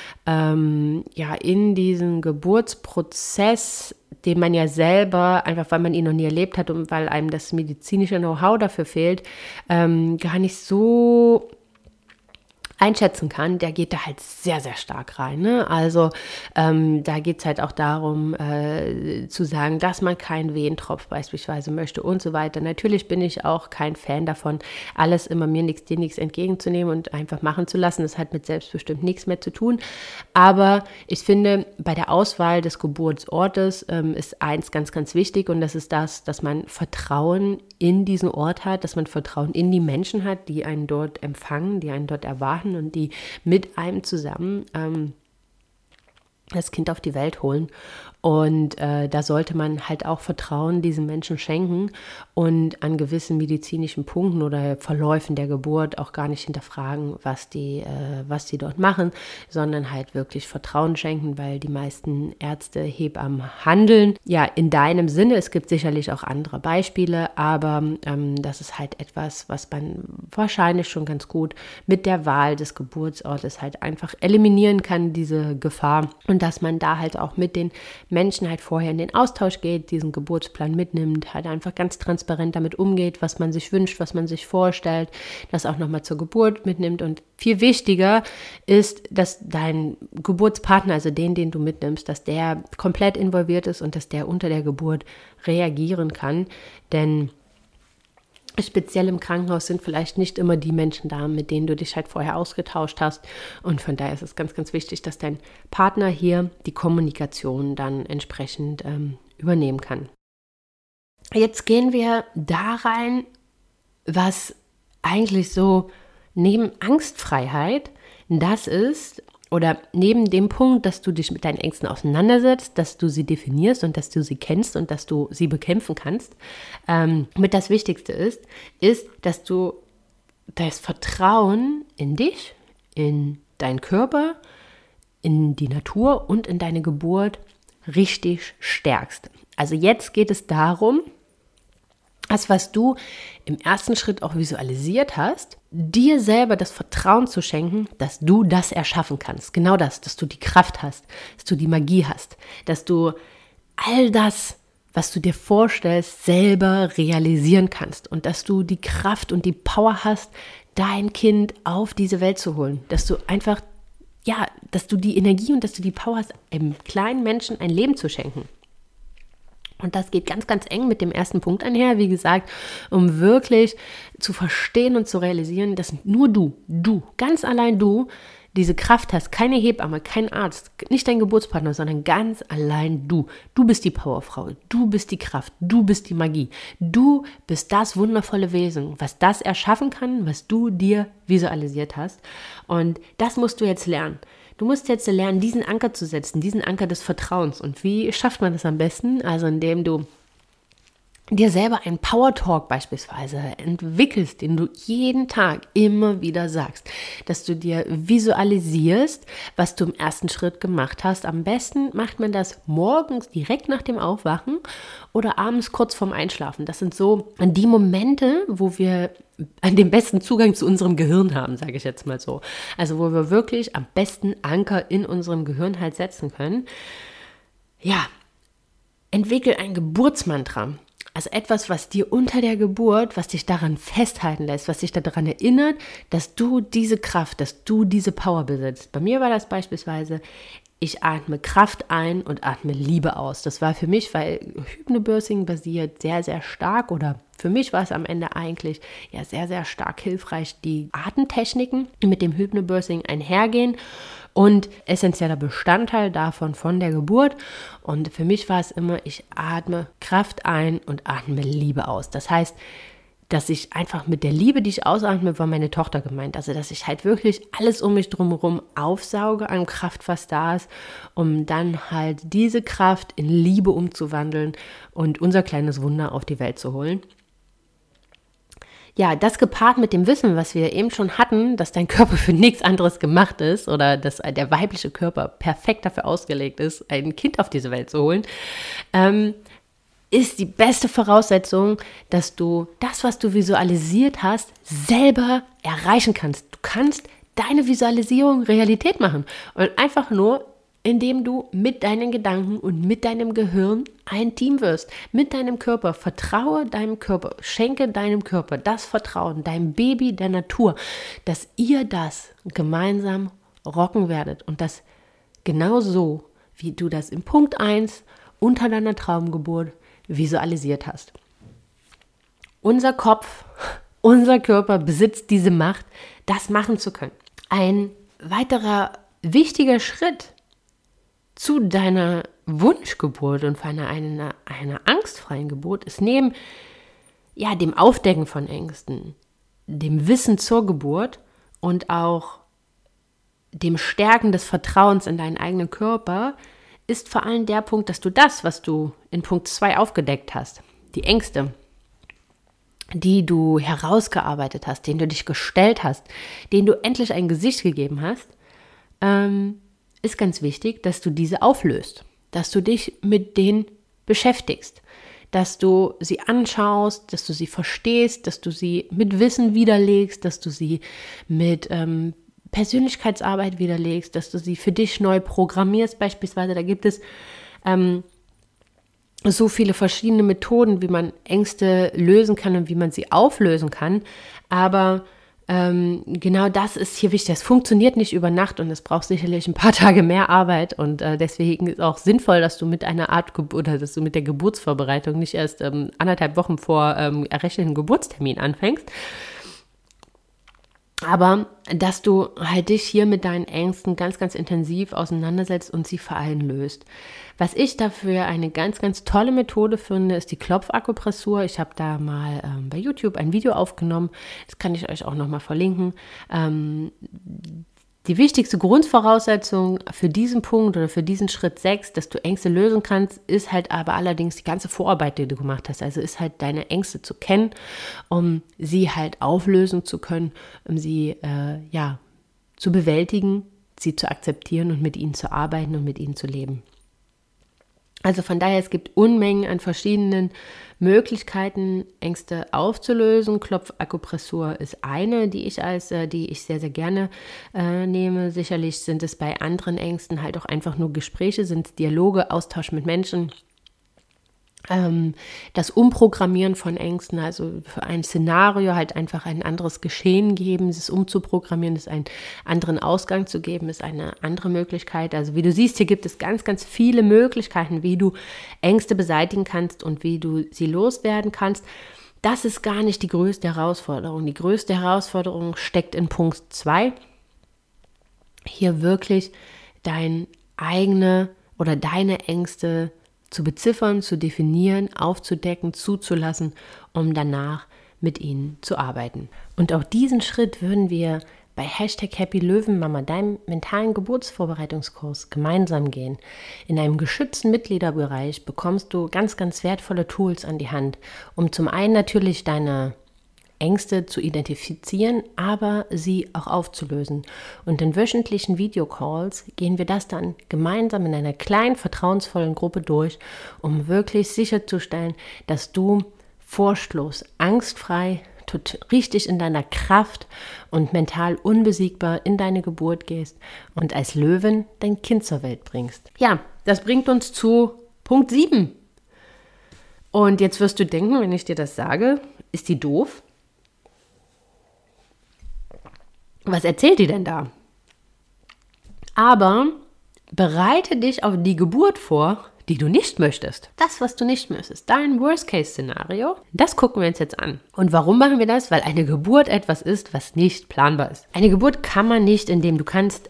in diesen Geburtsprozess, den man ja selber, einfach weil man ihn noch nie erlebt hat und weil einem das medizinische Know-how dafür fehlt, gar nicht so einschätzen kann, der geht da halt sehr, sehr stark rein. Ne? Also da geht es halt auch darum, zu sagen, dass man keinen Wehentropf beispielsweise möchte und so weiter. Natürlich bin ich auch kein Fan davon, alles immer mir nichts, dir nichts entgegenzunehmen und einfach machen zu lassen. Das hat mit selbstbestimmt nichts mehr zu tun. Aber ich finde, bei der Auswahl des Geburtsortes ist eins ganz, ganz wichtig und das ist das, dass man Vertrauen in diesen Ort hat, dass man Vertrauen in die Menschen hat, die einen dort empfangen, die einen dort erwarten und die mit einem zusammen das Kind auf die Welt holen. Und da sollte man halt auch Vertrauen diesen Menschen schenken und an gewissen medizinischen Punkten oder Verläufen der Geburt auch gar nicht hinterfragen, was die dort machen, sondern halt wirklich Vertrauen schenken, weil die meisten Ärzte, Hebammen handeln. Ja, in deinem Sinne, es gibt sicherlich auch andere Beispiele, aber das ist halt etwas, was man wahrscheinlich schon ganz gut mit der Wahl des Geburtsortes halt einfach eliminieren kann, diese Gefahr. Und dass man da halt auch mit den Menschen halt vorher in den Austausch geht, diesen Geburtsplan mitnimmt, halt einfach ganz transparent damit umgeht, was man sich wünscht, was man sich vorstellt, das auch nochmal zur Geburt mitnimmt. Und viel wichtiger ist, dass dein Geburtspartner, also den du mitnimmst, dass der komplett involviert ist und dass der unter der Geburt reagieren kann, denn speziell im Krankenhaus sind vielleicht nicht immer die Menschen da, mit denen du dich halt vorher ausgetauscht hast. Und von daher ist es ganz, ganz wichtig, dass dein Partner hier die Kommunikation dann entsprechend übernehmen kann. Jetzt gehen wir da rein, was eigentlich so neben Angstfreiheit das ist, oder neben dem Punkt, dass du dich mit deinen Ängsten auseinandersetzt, dass du sie definierst und dass du sie kennst und dass du sie bekämpfen kannst, mit das Wichtigste ist, dass du das Vertrauen in dich, in deinen Körper, in die Natur und in deine Geburt richtig stärkst. Also jetzt geht es darum, das, was du im ersten Schritt auch visualisiert hast, dir selber das Vertrauen zu schenken, dass du das erschaffen kannst. Genau das, dass du die Kraft hast, dass du die Magie hast, dass du all das, was du dir vorstellst, selber realisieren kannst und dass du die Kraft und die Power hast, dein Kind auf diese Welt zu holen. Dass du einfach, dass du die Energie und dass du die Power hast, einem kleinen Menschen ein Leben zu schenken. Und das geht ganz, ganz eng mit dem ersten Punkt einher, wie gesagt, um wirklich zu verstehen und zu realisieren, dass nur du, ganz allein du, diese Kraft hast. Keine Hebamme, kein Arzt, nicht dein Geburtspartner, sondern ganz allein du. Du bist die Powerfrau, du bist die Kraft, du bist die Magie. Du bist das wundervolle Wesen, was das erschaffen kann, was du dir visualisiert hast. Und das musst du jetzt lernen. Du musst jetzt lernen, diesen Anker zu setzen, diesen Anker des Vertrauens. Und wie schafft man das am besten? Also indem du dir selber einen Power-Talk beispielsweise entwickelst, den du jeden Tag immer wieder sagst, dass du dir visualisierst, was du im ersten Schritt gemacht hast. Am besten macht man das morgens direkt nach dem Aufwachen oder abends kurz vorm Einschlafen. Das sind so die Momente, wo wir den besten Zugang zu unserem Gehirn haben, sage ich jetzt mal so. Also wo wir wirklich am besten Anker in unserem Gehirn halt setzen können. Ja, entwickel ein Geburtsmantra. Also etwas, was dir unter der Geburt, was dich daran festhalten lässt, was dich daran erinnert, dass du diese Kraft, dass du diese Power besitzt. Bei mir war das beispielsweise, ich atme Kraft ein und atme Liebe aus. Das war für mich, weil Hypnobirthing basiert sehr, sehr stark, oder für mich war es am Ende eigentlich ja sehr, sehr stark hilfreich, die Atemtechniken, die mit dem Hypnobirthing einhergehen und essentieller Bestandteil davon von der Geburt. Und für mich war es immer, ich atme Kraft ein und atme Liebe aus. Das heißt, dass ich einfach mit der Liebe, die ich ausatme, war meine Tochter gemeint. Also, dass ich halt wirklich alles um mich drumherum aufsauge an Kraft, was da ist, um dann halt diese Kraft in Liebe umzuwandeln und unser kleines Wunder auf die Welt zu holen. Ja, das gepaart mit dem Wissen, was wir eben schon hatten, dass dein Körper für nichts anderes gemacht ist oder dass der weibliche Körper perfekt dafür ausgelegt ist, ein Kind auf diese Welt zu holen, ist die beste Voraussetzung, dass du das, was du visualisiert hast, selber erreichen kannst. Du kannst deine Visualisierung Realität machen und einfach nur, indem du mit deinen Gedanken und mit deinem Gehirn ein Team wirst, mit deinem Körper. Vertraue deinem Körper, schenke deinem Körper das Vertrauen, deinem Baby, der Natur, dass ihr das gemeinsam rocken werdet und das genau so, wie du das im Punkt 1 unter deiner Traumgeburt visualisiert hast. Unser Kopf, unser Körper besitzt diese Macht, das machen zu können. Ein weiterer wichtiger Schritt zu deiner Wunschgeburt und für einer angstfreien Geburt ist neben dem Aufdecken von Ängsten, dem Wissen zur Geburt und auch dem Stärken des Vertrauens in deinen eigenen Körper, ist vor allem der Punkt, dass du das, was du in Punkt 2 aufgedeckt hast, die Ängste, die du herausgearbeitet hast, denen du dich gestellt hast, denen du endlich ein Gesicht gegeben hast, ist ganz wichtig, dass du diese auflöst, dass du dich mit denen beschäftigst, dass du sie anschaust, dass du sie verstehst, dass du sie mit Wissen widerlegst, dass du sie mit Persönlichkeitsarbeit widerlegst, dass du sie für dich neu programmierst beispielsweise. Da gibt es so viele verschiedene Methoden, wie man Ängste lösen kann und wie man sie auflösen kann, aber genau das ist hier wichtig. Es funktioniert nicht über Nacht und es braucht sicherlich ein paar Tage mehr Arbeit und deswegen ist auch sinnvoll, dass du mit einer Art oder dass du mit der Geburtsvorbereitung nicht erst 1,5 Wochen vor errechneten Geburtstermin anfängst. Aber dass du halt dich hier mit deinen Ängsten ganz, ganz intensiv auseinandersetzt und sie vor allem löst. Was ich dafür eine ganz, ganz tolle Methode finde, ist die Klopfakupressur. Ich habe da mal bei YouTube ein Video aufgenommen. Das kann ich euch auch nochmal verlinken. Die wichtigste Grundvoraussetzung für diesen Punkt oder für diesen Schritt 6, dass du Ängste lösen kannst, ist halt aber allerdings die ganze Vorarbeit, die du gemacht hast. Also ist halt deine Ängste zu kennen, um sie halt auflösen zu können, um sie zu bewältigen, sie zu akzeptieren und mit ihnen zu arbeiten und mit ihnen zu leben. Also von daher, es gibt Unmengen an verschiedenen Möglichkeiten, Ängste aufzulösen. Klopfakupressur ist eine, die ich sehr, sehr gerne nehme. Sicherlich sind es bei anderen Ängsten halt auch einfach nur Gespräche, sind es Dialoge, Austausch mit Menschen. Das Umprogrammieren von Ängsten, also für ein Szenario halt einfach ein anderes Geschehen geben, es umzuprogrammieren, es einen anderen Ausgang zu geben, ist eine andere Möglichkeit. Also wie du siehst, hier gibt es ganz, ganz viele Möglichkeiten, wie du Ängste beseitigen kannst und wie du sie loswerden kannst. Das ist gar nicht die größte Herausforderung. Die größte Herausforderung steckt in Punkt 2. Hier wirklich deine Ängste zu beziffern, zu definieren, aufzudecken, zuzulassen, um danach mit ihnen zu arbeiten. Und auch diesen Schritt würden wir bei #HappyLöwenmama, deinem mentalen Geburtsvorbereitungskurs, gemeinsam gehen. In einem geschützten Mitgliederbereich bekommst du ganz, ganz wertvolle Tools an die Hand, um zum einen natürlich deine Ängste zu identifizieren, aber sie auch aufzulösen. Und in wöchentlichen Videocalls gehen wir das dann gemeinsam in einer kleinen, vertrauensvollen Gruppe durch, um wirklich sicherzustellen, dass du furchtlos, angstfrei, richtig in deiner Kraft und mental unbesiegbar in deine Geburt gehst und als Löwin dein Kind zur Welt bringst. Ja, das bringt uns zu Punkt 7. Und jetzt wirst du denken, wenn ich dir das sage, ist die doof? Was erzählt die denn da? Aber bereite dich auf die Geburt vor, die du nicht möchtest. Das, was du nicht möchtest. Dein Worst-Case-Szenario, das gucken wir uns jetzt an. Und warum machen wir das? Weil eine Geburt etwas ist, was nicht planbar ist. Eine Geburt kann man nicht, indem du kannst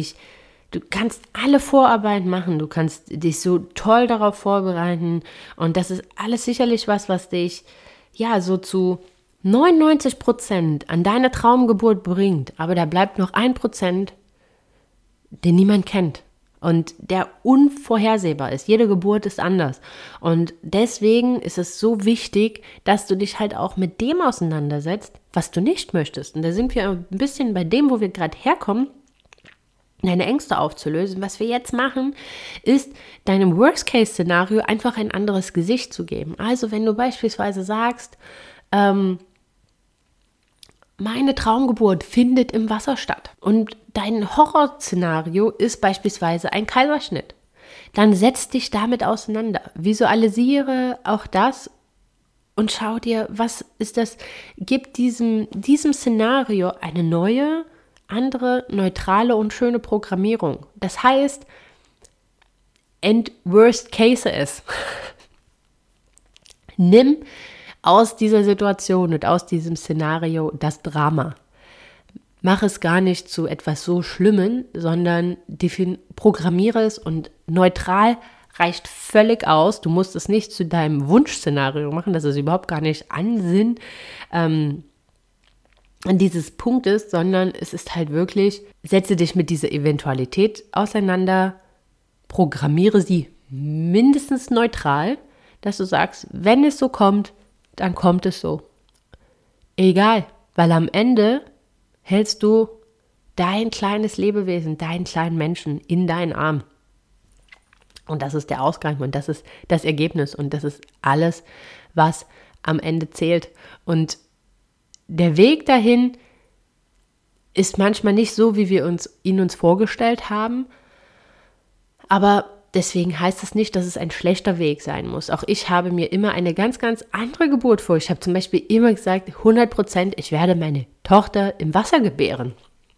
alle Vorarbeit machen, du kannst dich so toll darauf vorbereiten und das ist alles sicherlich was dich so zu 99% an deine Traumgeburt bringt, aber da bleibt noch 1%, den niemand kennt und der unvorhersehbar ist. Jede Geburt ist anders und deswegen ist es so wichtig, dass du dich halt auch mit dem auseinandersetzt, was du nicht möchtest. Und da sind wir ein bisschen bei dem, wo wir gerade herkommen, deine Ängste aufzulösen. Was wir jetzt machen, ist deinem Worst-Case-Szenario einfach ein anderes Gesicht zu geben. Also wenn du beispielsweise sagst, meine Traumgeburt findet im Wasser statt und dein Horrorszenario ist beispielsweise ein Kaiserschnitt, dann setz dich damit auseinander. Visualisiere auch das und schau dir, was ist das, gib diesem Szenario eine neue, andere, neutrale und schöne Programmierung. Das heißt, worst case es. Nimm aus dieser Situation und aus diesem Szenario das Drama. Mach es gar nicht zu etwas so Schlimmen, sondern programmiere es und neutral reicht völlig aus. Du musst es nicht zu deinem Wunschszenario machen, das ist überhaupt gar nicht Ansinn an dieses Punktes, sondern es ist halt wirklich, setze dich mit dieser Eventualität auseinander, programmiere sie mindestens neutral, dass du sagst, wenn es so kommt, dann kommt es so. Egal, weil am Ende hältst du dein kleines Lebewesen, deinen kleinen Menschen in deinen Arm. Und das ist der Ausgang und das ist das Ergebnis und das ist alles, was am Ende zählt. Und der Weg dahin ist manchmal nicht so, wie wir ihn uns vorgestellt haben, aber deswegen heißt es nicht, dass es ein schlechter Weg sein muss. Auch ich habe mir immer eine ganz, ganz andere Geburt vor. Ich habe zum Beispiel immer gesagt, 100%, ich werde meine Tochter im Wasser gebären.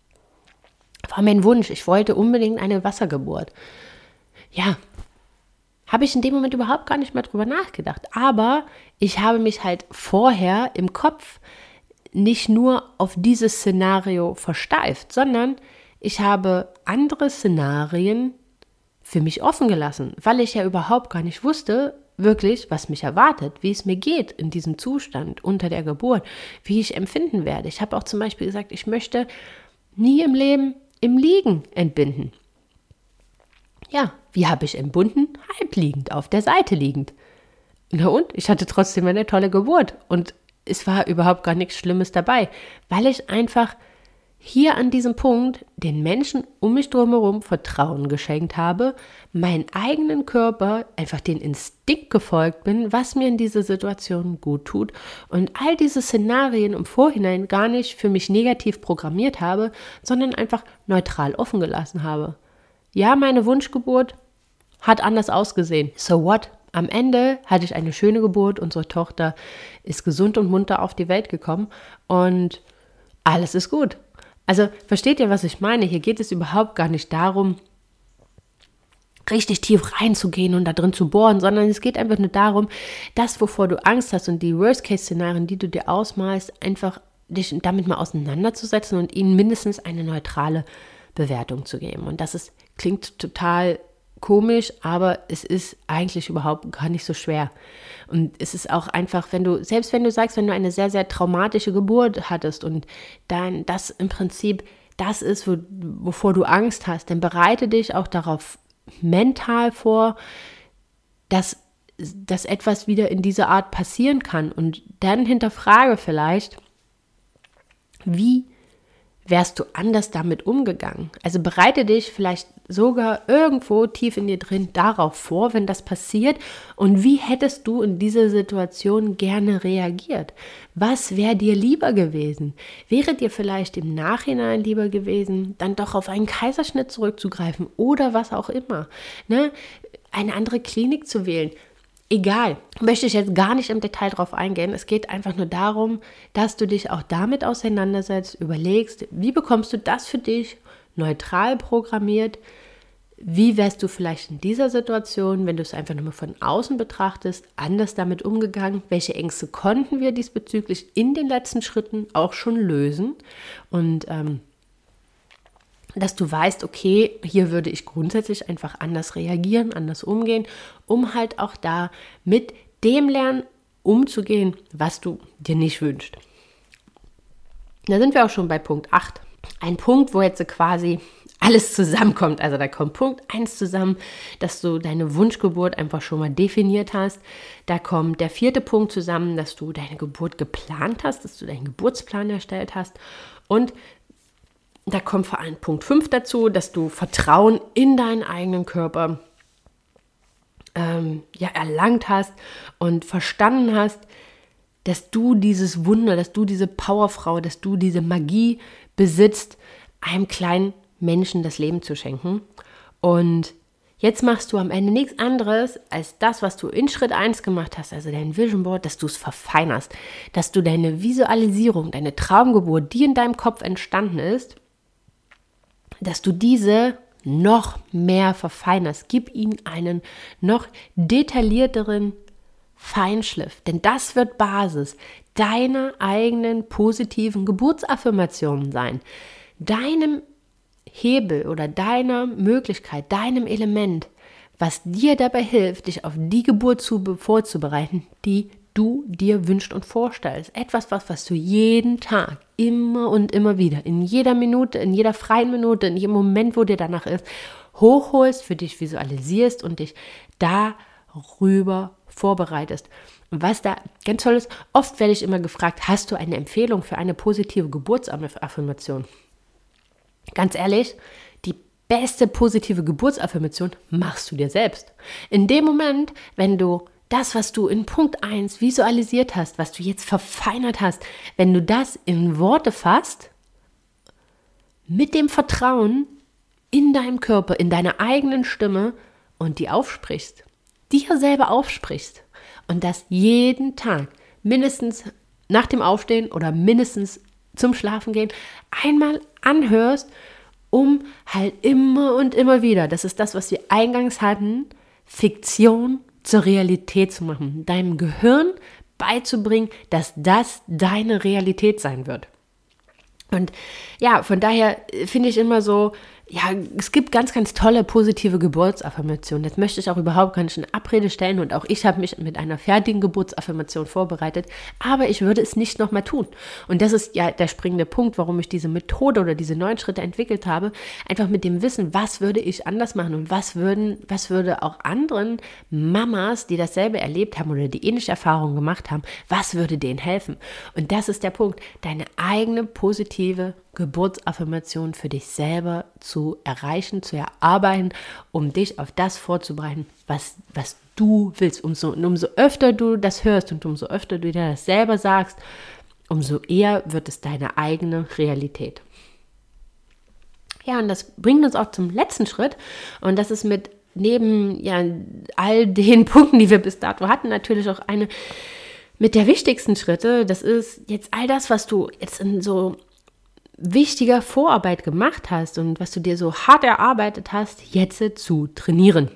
War mein Wunsch. Ich wollte unbedingt eine Wassergeburt. Ja, habe ich in dem Moment überhaupt gar nicht mehr drüber nachgedacht. Aber ich habe mich halt vorher im Kopf nicht nur auf dieses Szenario versteift, sondern ich habe andere Szenarien für mich offen gelassen, weil ich ja überhaupt gar nicht wusste, wirklich, was mich erwartet, wie es mir geht in diesem Zustand unter der Geburt, wie ich empfinden werde. Ich habe auch zum Beispiel gesagt, ich möchte nie im Leben im Liegen entbinden. Ja, wie habe ich entbunden? Halbliegend, auf der Seite liegend. Na und? Ich hatte trotzdem eine tolle Geburt und es war überhaupt gar nichts Schlimmes dabei, weil ich einfach hier an diesem Punkt den Menschen um mich drumherum Vertrauen geschenkt habe, meinen eigenen Körper einfach den Instinkt gefolgt bin, was mir in dieser Situation gut tut und all diese Szenarien im Vorhinein gar nicht für mich negativ programmiert habe, sondern einfach neutral offen gelassen habe. Ja, meine Wunschgeburt hat anders ausgesehen. So what? Am Ende hatte ich eine schöne Geburt, unsere Tochter ist gesund und munter auf die Welt gekommen und alles ist gut. Also versteht ihr, was ich meine? Hier geht es überhaupt gar nicht darum, richtig tief reinzugehen und da drin zu bohren, sondern es geht einfach nur darum, das, wovor du Angst hast und die Worst-Case-Szenarien, die du dir ausmalst, einfach dich damit mal auseinanderzusetzen und ihnen mindestens eine neutrale Bewertung zu geben. Und das klingt total komisch, aber es ist eigentlich überhaupt gar nicht so schwer. Und es ist auch einfach, selbst wenn du sagst, wenn du eine sehr, sehr traumatische Geburt hattest und dann das im Prinzip das ist, wovor du Angst hast, dann bereite dich auch darauf mental vor, dass etwas wieder in dieser Art passieren kann und dann hinterfrage vielleicht, wie wärst du anders damit umgegangen? Also bereite dich vielleicht sogar irgendwo tief in dir drin darauf vor, wenn das passiert und wie hättest du in dieser Situation gerne reagiert? Was wäre dir lieber gewesen? Wäre dir vielleicht im Nachhinein lieber gewesen, dann doch auf einen Kaiserschnitt zurückzugreifen oder was auch immer, ne? Eine andere Klinik zu wählen? Egal, möchte ich jetzt gar nicht im Detail drauf eingehen. Es geht einfach nur darum, dass du dich auch damit auseinandersetzt, überlegst, wie bekommst du das für dich neutral programmiert, Wie wärst du vielleicht in dieser Situation, wenn du es einfach nur von außen betrachtest, anders damit umgegangen? Welche Ängste konnten wir diesbezüglich in den letzten Schritten auch schon lösen? Und dass du weißt, okay, hier würde ich grundsätzlich einfach anders reagieren, anders umgehen, um halt auch da mit dem lernen, umzugehen, was du dir nicht wünschst. Da sind wir auch schon bei Punkt 8. Ein Punkt, wo jetzt quasi alles zusammenkommt. Also da kommt Punkt 1 zusammen, dass du deine Wunschgeburt einfach schon mal definiert hast. Da kommt der 4. Punkt zusammen, dass du deine Geburt geplant hast, dass du deinen Geburtsplan erstellt hast. Und da kommt vor allem Punkt 5 dazu, dass du Vertrauen in deinen eigenen Körper erlangt hast und verstanden hast, dass du dieses Wunder, dass du diese Powerfrau, dass du diese Magie besitzt, einem kleinen Menschen das Leben zu schenken. Und jetzt machst du am Ende nichts anderes, als das, was du in Schritt 1 gemacht hast, also dein Vision Board, dass du es verfeinerst, dass du deine Visualisierung, deine Traumgeburt, die in deinem Kopf entstanden ist, dass du diese noch mehr verfeinerst. Gib ihnen einen noch detaillierteren Feinschliff, denn das wird Basis deiner eigenen positiven Geburtsaffirmationen sein, deinem Hebel oder deiner Möglichkeit, deinem Element, was dir dabei hilft, dich auf die Geburt vorzubereiten, die du dir wünschst und vorstellst. Etwas, was du jeden Tag, immer und immer wieder, in jeder Minute, in jeder freien Minute, in jedem Moment, wo dir danach ist, hochholst, für dich visualisierst und dich darüber vorbereitest. Und was da ganz toll ist, oft werde ich immer gefragt, hast du eine Empfehlung für eine positive Geburtsaffirmation? Ganz ehrlich, die beste positive Geburtsaffirmation machst du dir selbst. In dem Moment, wenn du das, was du in Punkt 1 visualisiert hast, was du jetzt verfeinert hast, wenn du das in Worte fasst, mit dem Vertrauen in deinem Körper, in deiner eigenen Stimme und die aufsprichst, dir selber aufsprichst und das jeden Tag, mindestens nach dem Aufstehen oder mindestens zum Schlafengehen, einmal anhörst, um halt immer und immer wieder, das ist das, was wir eingangs hatten, Fiktion zur Realität zu machen, deinem Gehirn beizubringen, dass das deine Realität sein wird. Und ja, von daher finde ich immer so, ja, es gibt ganz, ganz tolle positive Geburtsaffirmationen. Das möchte ich auch überhaupt gar nicht in Abrede stellen und auch ich habe mich mit einer fertigen Geburtsaffirmation vorbereitet, aber ich würde es nicht nochmal tun. Und das ist ja der springende Punkt, warum ich diese Methode oder diese 9 Schritte entwickelt habe, einfach mit dem Wissen, was würde ich anders machen und was würde auch anderen Mamas, die dasselbe erlebt haben oder die ähnliche Erfahrungen gemacht haben, was würde denen helfen? Und das ist der Punkt, deine eigene positive Geburtsaffirmation für dich selber zu erreichen, zu erarbeiten, um dich auf das vorzubereiten, was du willst. Umso öfter du das hörst und umso öfter du dir das selber sagst, umso eher wird es deine eigene Realität. Ja, und das bringt uns auch zum letzten Schritt und das ist neben all den Punkten, die wir bis dato hatten, natürlich auch eine mit der wichtigsten Schritte. Das ist jetzt all das, was du jetzt in so wichtiger Vorarbeit gemacht hast und was du dir so hart erarbeitet hast, jetzt zu trainieren.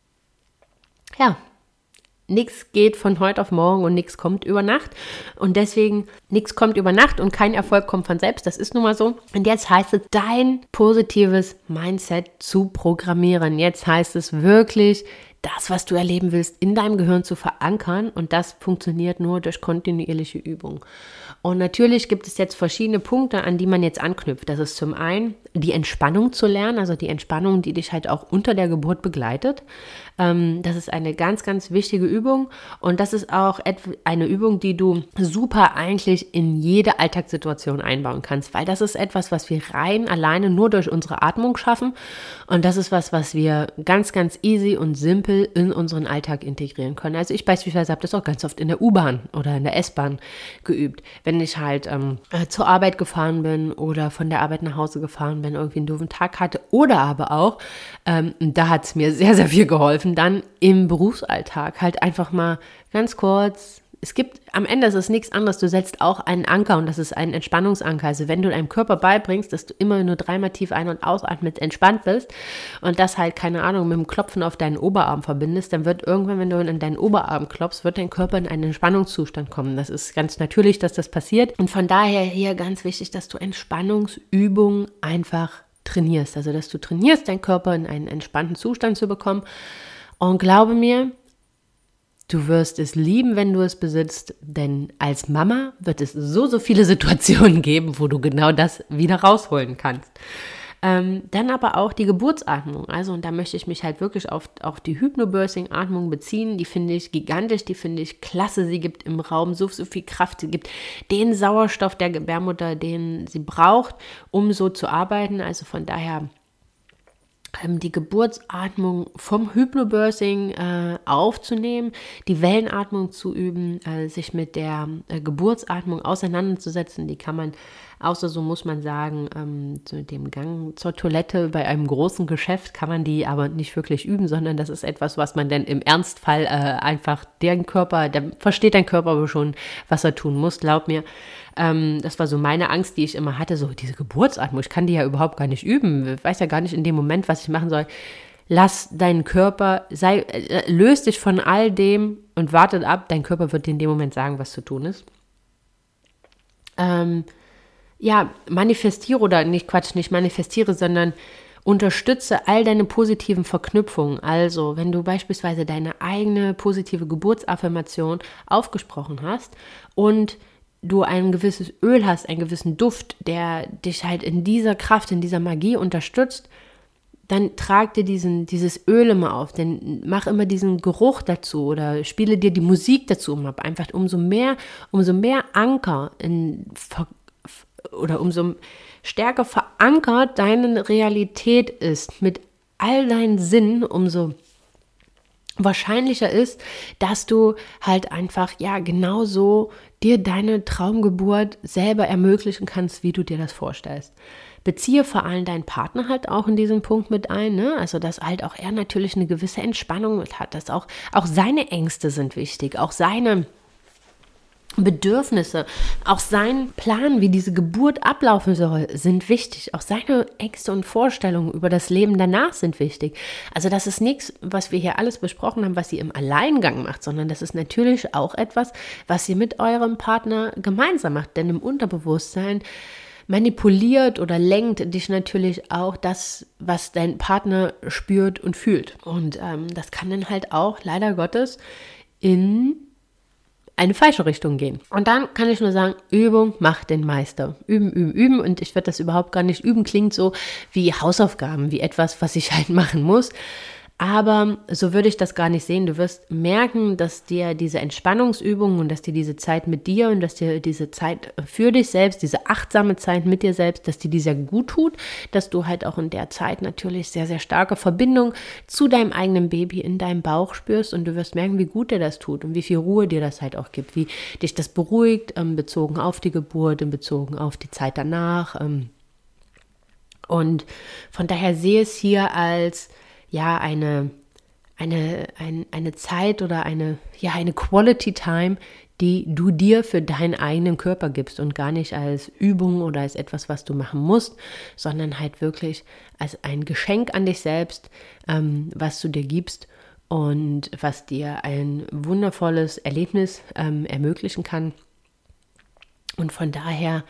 Ja, nichts geht von heute auf morgen und nichts kommt über Nacht und deswegen nichts kommt über Nacht und kein Erfolg kommt von selbst, das ist nun mal so. Und jetzt heißt es, dein positives Mindset zu programmieren. Jetzt heißt es wirklich, das, was du erleben willst, in deinem Gehirn zu verankern und das funktioniert nur durch kontinuierliche Übung. Und natürlich gibt es jetzt verschiedene Punkte, an die man jetzt anknüpft. Das ist zum einen die Entspannung zu lernen, also die Entspannung, die dich halt auch unter der Geburt begleitet. Das ist eine ganz, ganz wichtige Übung und das ist auch eine Übung, die du super eigentlich in jede Alltagssituation einbauen kannst, weil das ist etwas, was wir rein alleine nur durch unsere Atmung schaffen und das ist was wir ganz, ganz easy und simpel in unseren Alltag integrieren können. Also ich beispielsweise habe das auch ganz oft in der U-Bahn oder in der S-Bahn geübt. Wenn ich halt zur Arbeit gefahren bin oder von der Arbeit nach Hause gefahren bin, irgendwie einen doofen Tag hatte oder aber auch, da hat es mir sehr, sehr viel geholfen, dann im Berufsalltag halt einfach mal ganz kurz am Ende ist es nichts anderes, du setzt auch einen Anker und das ist ein Entspannungsanker. Also wenn du deinem Körper beibringst, dass du immer nur 3-mal tief ein- und ausatmest, entspannt bist und das halt, keine Ahnung, mit dem Klopfen auf deinen Oberarm verbindest, dann wird irgendwann, wenn du in deinen Oberarm klopfst, wird dein Körper in einen Entspannungszustand kommen. Das ist ganz natürlich, dass das passiert und von daher hier ganz wichtig, dass du Entspannungsübungen einfach trainierst. Also dass du trainierst, deinen Körper in einen entspannten Zustand zu bekommen und glaube mir, du wirst es lieben, wenn du es besitzt, denn als Mama wird es so viele Situationen geben, wo du genau das wieder rausholen kannst. Dann aber auch die Geburtsatmung. Also, und da möchte ich mich halt wirklich auf die Hypnobirthing-Atmung beziehen. Die finde ich gigantisch, die finde ich klasse. Sie gibt im Raum so viel Kraft. Sie gibt den Sauerstoff der Gebärmutter, den sie braucht, um so zu arbeiten. Also von daher die Geburtsatmung vom Hypnobirthing aufzunehmen, die Wellenatmung zu üben, sich mit der Geburtsatmung auseinanderzusetzen. Die kann man, außer so muss man sagen, zu dem Gang zur Toilette bei einem großen Geschäft kann man die aber nicht wirklich üben, sondern das ist etwas, was man dann im Ernstfall einfach da versteht dein Körper aber schon, was er tun muss, glaub mir. Das war so meine Angst, die ich immer hatte, so diese Geburtsatmung, ich kann die ja überhaupt gar nicht üben, ich weiß ja gar nicht in dem Moment, was ich machen soll. Lass deinen Körper, löst dich von all dem und wartet ab, dein Körper wird dir in dem Moment sagen, was zu tun ist. Manifestiere, sondern unterstütze all deine positiven Verknüpfungen. Also, wenn du beispielsweise deine eigene positive Geburtsaffirmation aufgesprochen hast und du ein gewisses Öl hast, einen gewissen Duft, der dich halt in dieser Kraft, in dieser Magie unterstützt, dann trag dir dieses Öl immer auf, dann mach immer diesen Geruch dazu oder spiele dir die Musik dazu ab. Einfach umso mehr Anker umso stärker verankert deine Realität ist mit all deinen Sinnen, umso wahrscheinlicher ist, dass du halt einfach, genauso dir deine Traumgeburt selber ermöglichen kannst, wie du dir das vorstellst. Beziehe vor allem deinen Partner halt auch in diesen Punkt mit ein, ne? Also, dass halt auch er natürlich eine gewisse Entspannung mit hat, dass auch seine Ängste sind wichtig, auch seine Bedürfnisse, auch sein Plan, wie diese Geburt ablaufen soll, sind wichtig. Auch seine Ängste und Vorstellungen über das Leben danach sind wichtig. Also das ist nichts, was wir hier alles besprochen haben, was ihr im Alleingang macht, sondern das ist natürlich auch etwas, was ihr mit eurem Partner gemeinsam macht. Denn im Unterbewusstsein manipuliert oder lenkt dich natürlich auch das, was dein Partner spürt und fühlt. Und das kann dann halt auch, leider Gottes, in eine falsche Richtung gehen. Und dann kann ich nur sagen, Übung macht den Meister. Üben, üben, üben. Und ich werde das überhaupt gar nicht üben. Klingt so wie Hausaufgaben, wie etwas, was ich halt machen muss. Aber so würde ich das gar nicht sehen. Du wirst merken, dass dir diese Entspannungsübungen und dass dir diese Zeit mit dir und dass dir diese Zeit für dich selbst, diese achtsame Zeit mit dir selbst, dass dir die sehr gut tut, dass du halt auch in der Zeit natürlich sehr, sehr starke Verbindung zu deinem eigenen Baby in deinem Bauch spürst und du wirst merken, wie gut dir das tut und wie viel Ruhe dir das halt auch gibt, wie dich das beruhigt, bezogen auf die Geburt, bezogen auf die Zeit danach. Und von daher sehe es hier als eine Zeit oder eine Quality Time, die du dir für deinen eigenen Körper gibst und gar nicht als Übung oder als etwas, was du machen musst, sondern halt wirklich als ein Geschenk an dich selbst, was du dir gibst und was dir ein wundervolles Erlebnis ermöglichen kann. Und von daher,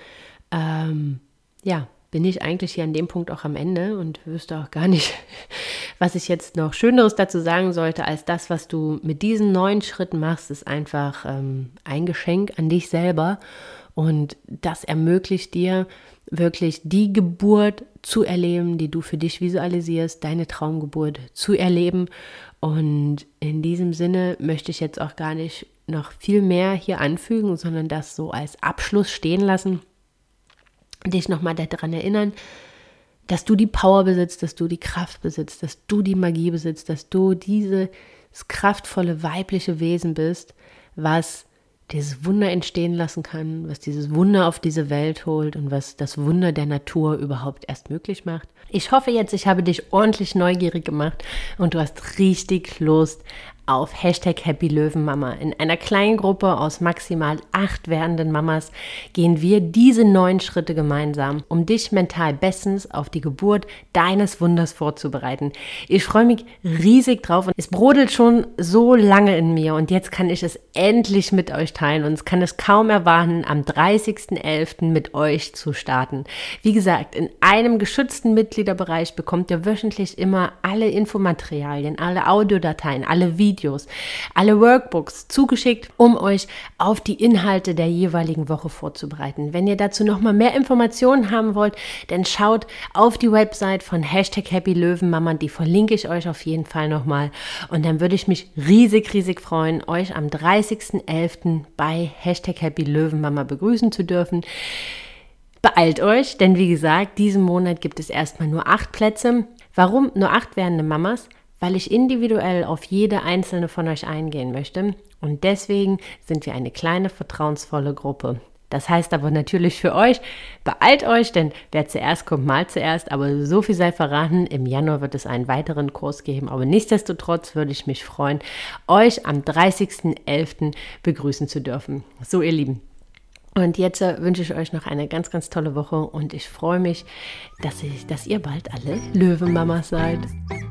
bin ich eigentlich hier an dem Punkt auch am Ende und wüsste auch gar nicht, was ich jetzt noch Schöneres dazu sagen sollte, als das, was du mit diesen 9 Schritten machst, ist einfach ein Geschenk an dich selber und das ermöglicht dir wirklich die Geburt zu erleben, die du für dich visualisierst, deine Traumgeburt zu erleben und in diesem Sinne möchte ich jetzt auch gar nicht noch viel mehr hier anfügen, sondern das so als Abschluss stehen lassen. Dich nochmal daran erinnern, dass du die Power besitzt, dass du die Kraft besitzt, dass du die Magie besitzt, dass du dieses kraftvolle weibliche Wesen bist, was dieses Wunder entstehen lassen kann, was dieses Wunder auf diese Welt holt und was das Wunder der Natur überhaupt erst möglich macht. Ich hoffe jetzt, ich habe dich ordentlich neugierig gemacht und du hast richtig Lust, auf #HappyLöwenMama. In einer kleinen Gruppe aus maximal 8 werdenden Mamas gehen wir diese 9 Schritte gemeinsam, um dich mental bestens auf die Geburt deines Wunders vorzubereiten. Ich freue mich riesig drauf und es brodelt schon so lange in mir und jetzt kann ich es endlich mit euch teilen und es kann es kaum erwarten, am 30.11. mit euch zu starten. Wie gesagt, in einem geschützten Mitgliederbereich bekommt ihr wöchentlich immer alle Infomaterialien, alle Audiodateien, alle Videos, alle Workbooks zugeschickt, um euch auf die Inhalte der jeweiligen Woche vorzubereiten. Wenn ihr dazu nochmal mehr Informationen haben wollt, dann schaut auf die Website von #HappyLöwenMama, die verlinke ich euch auf jeden Fall nochmal. Und dann würde ich mich riesig freuen, euch am 30.11. bei #HappyLöwenMama begrüßen zu dürfen. Beeilt euch, denn wie gesagt, diesen Monat gibt es erstmal nur 8 Plätze. Warum nur 8 werdende Mamas? Weil ich individuell auf jede einzelne von euch eingehen möchte. Und deswegen sind wir eine kleine, vertrauensvolle Gruppe. Das heißt aber natürlich für euch, beeilt euch, denn wer zuerst kommt, mal zuerst. Aber so viel sei verraten, im Januar wird es einen weiteren Kurs geben. Aber nichtsdestotrotz würde ich mich freuen, euch am 30.11. begrüßen zu dürfen. So, ihr Lieben. Und jetzt wünsche ich euch noch eine ganz tolle Woche und ich freue mich, dass ihr bald alle Löwenmamas seid.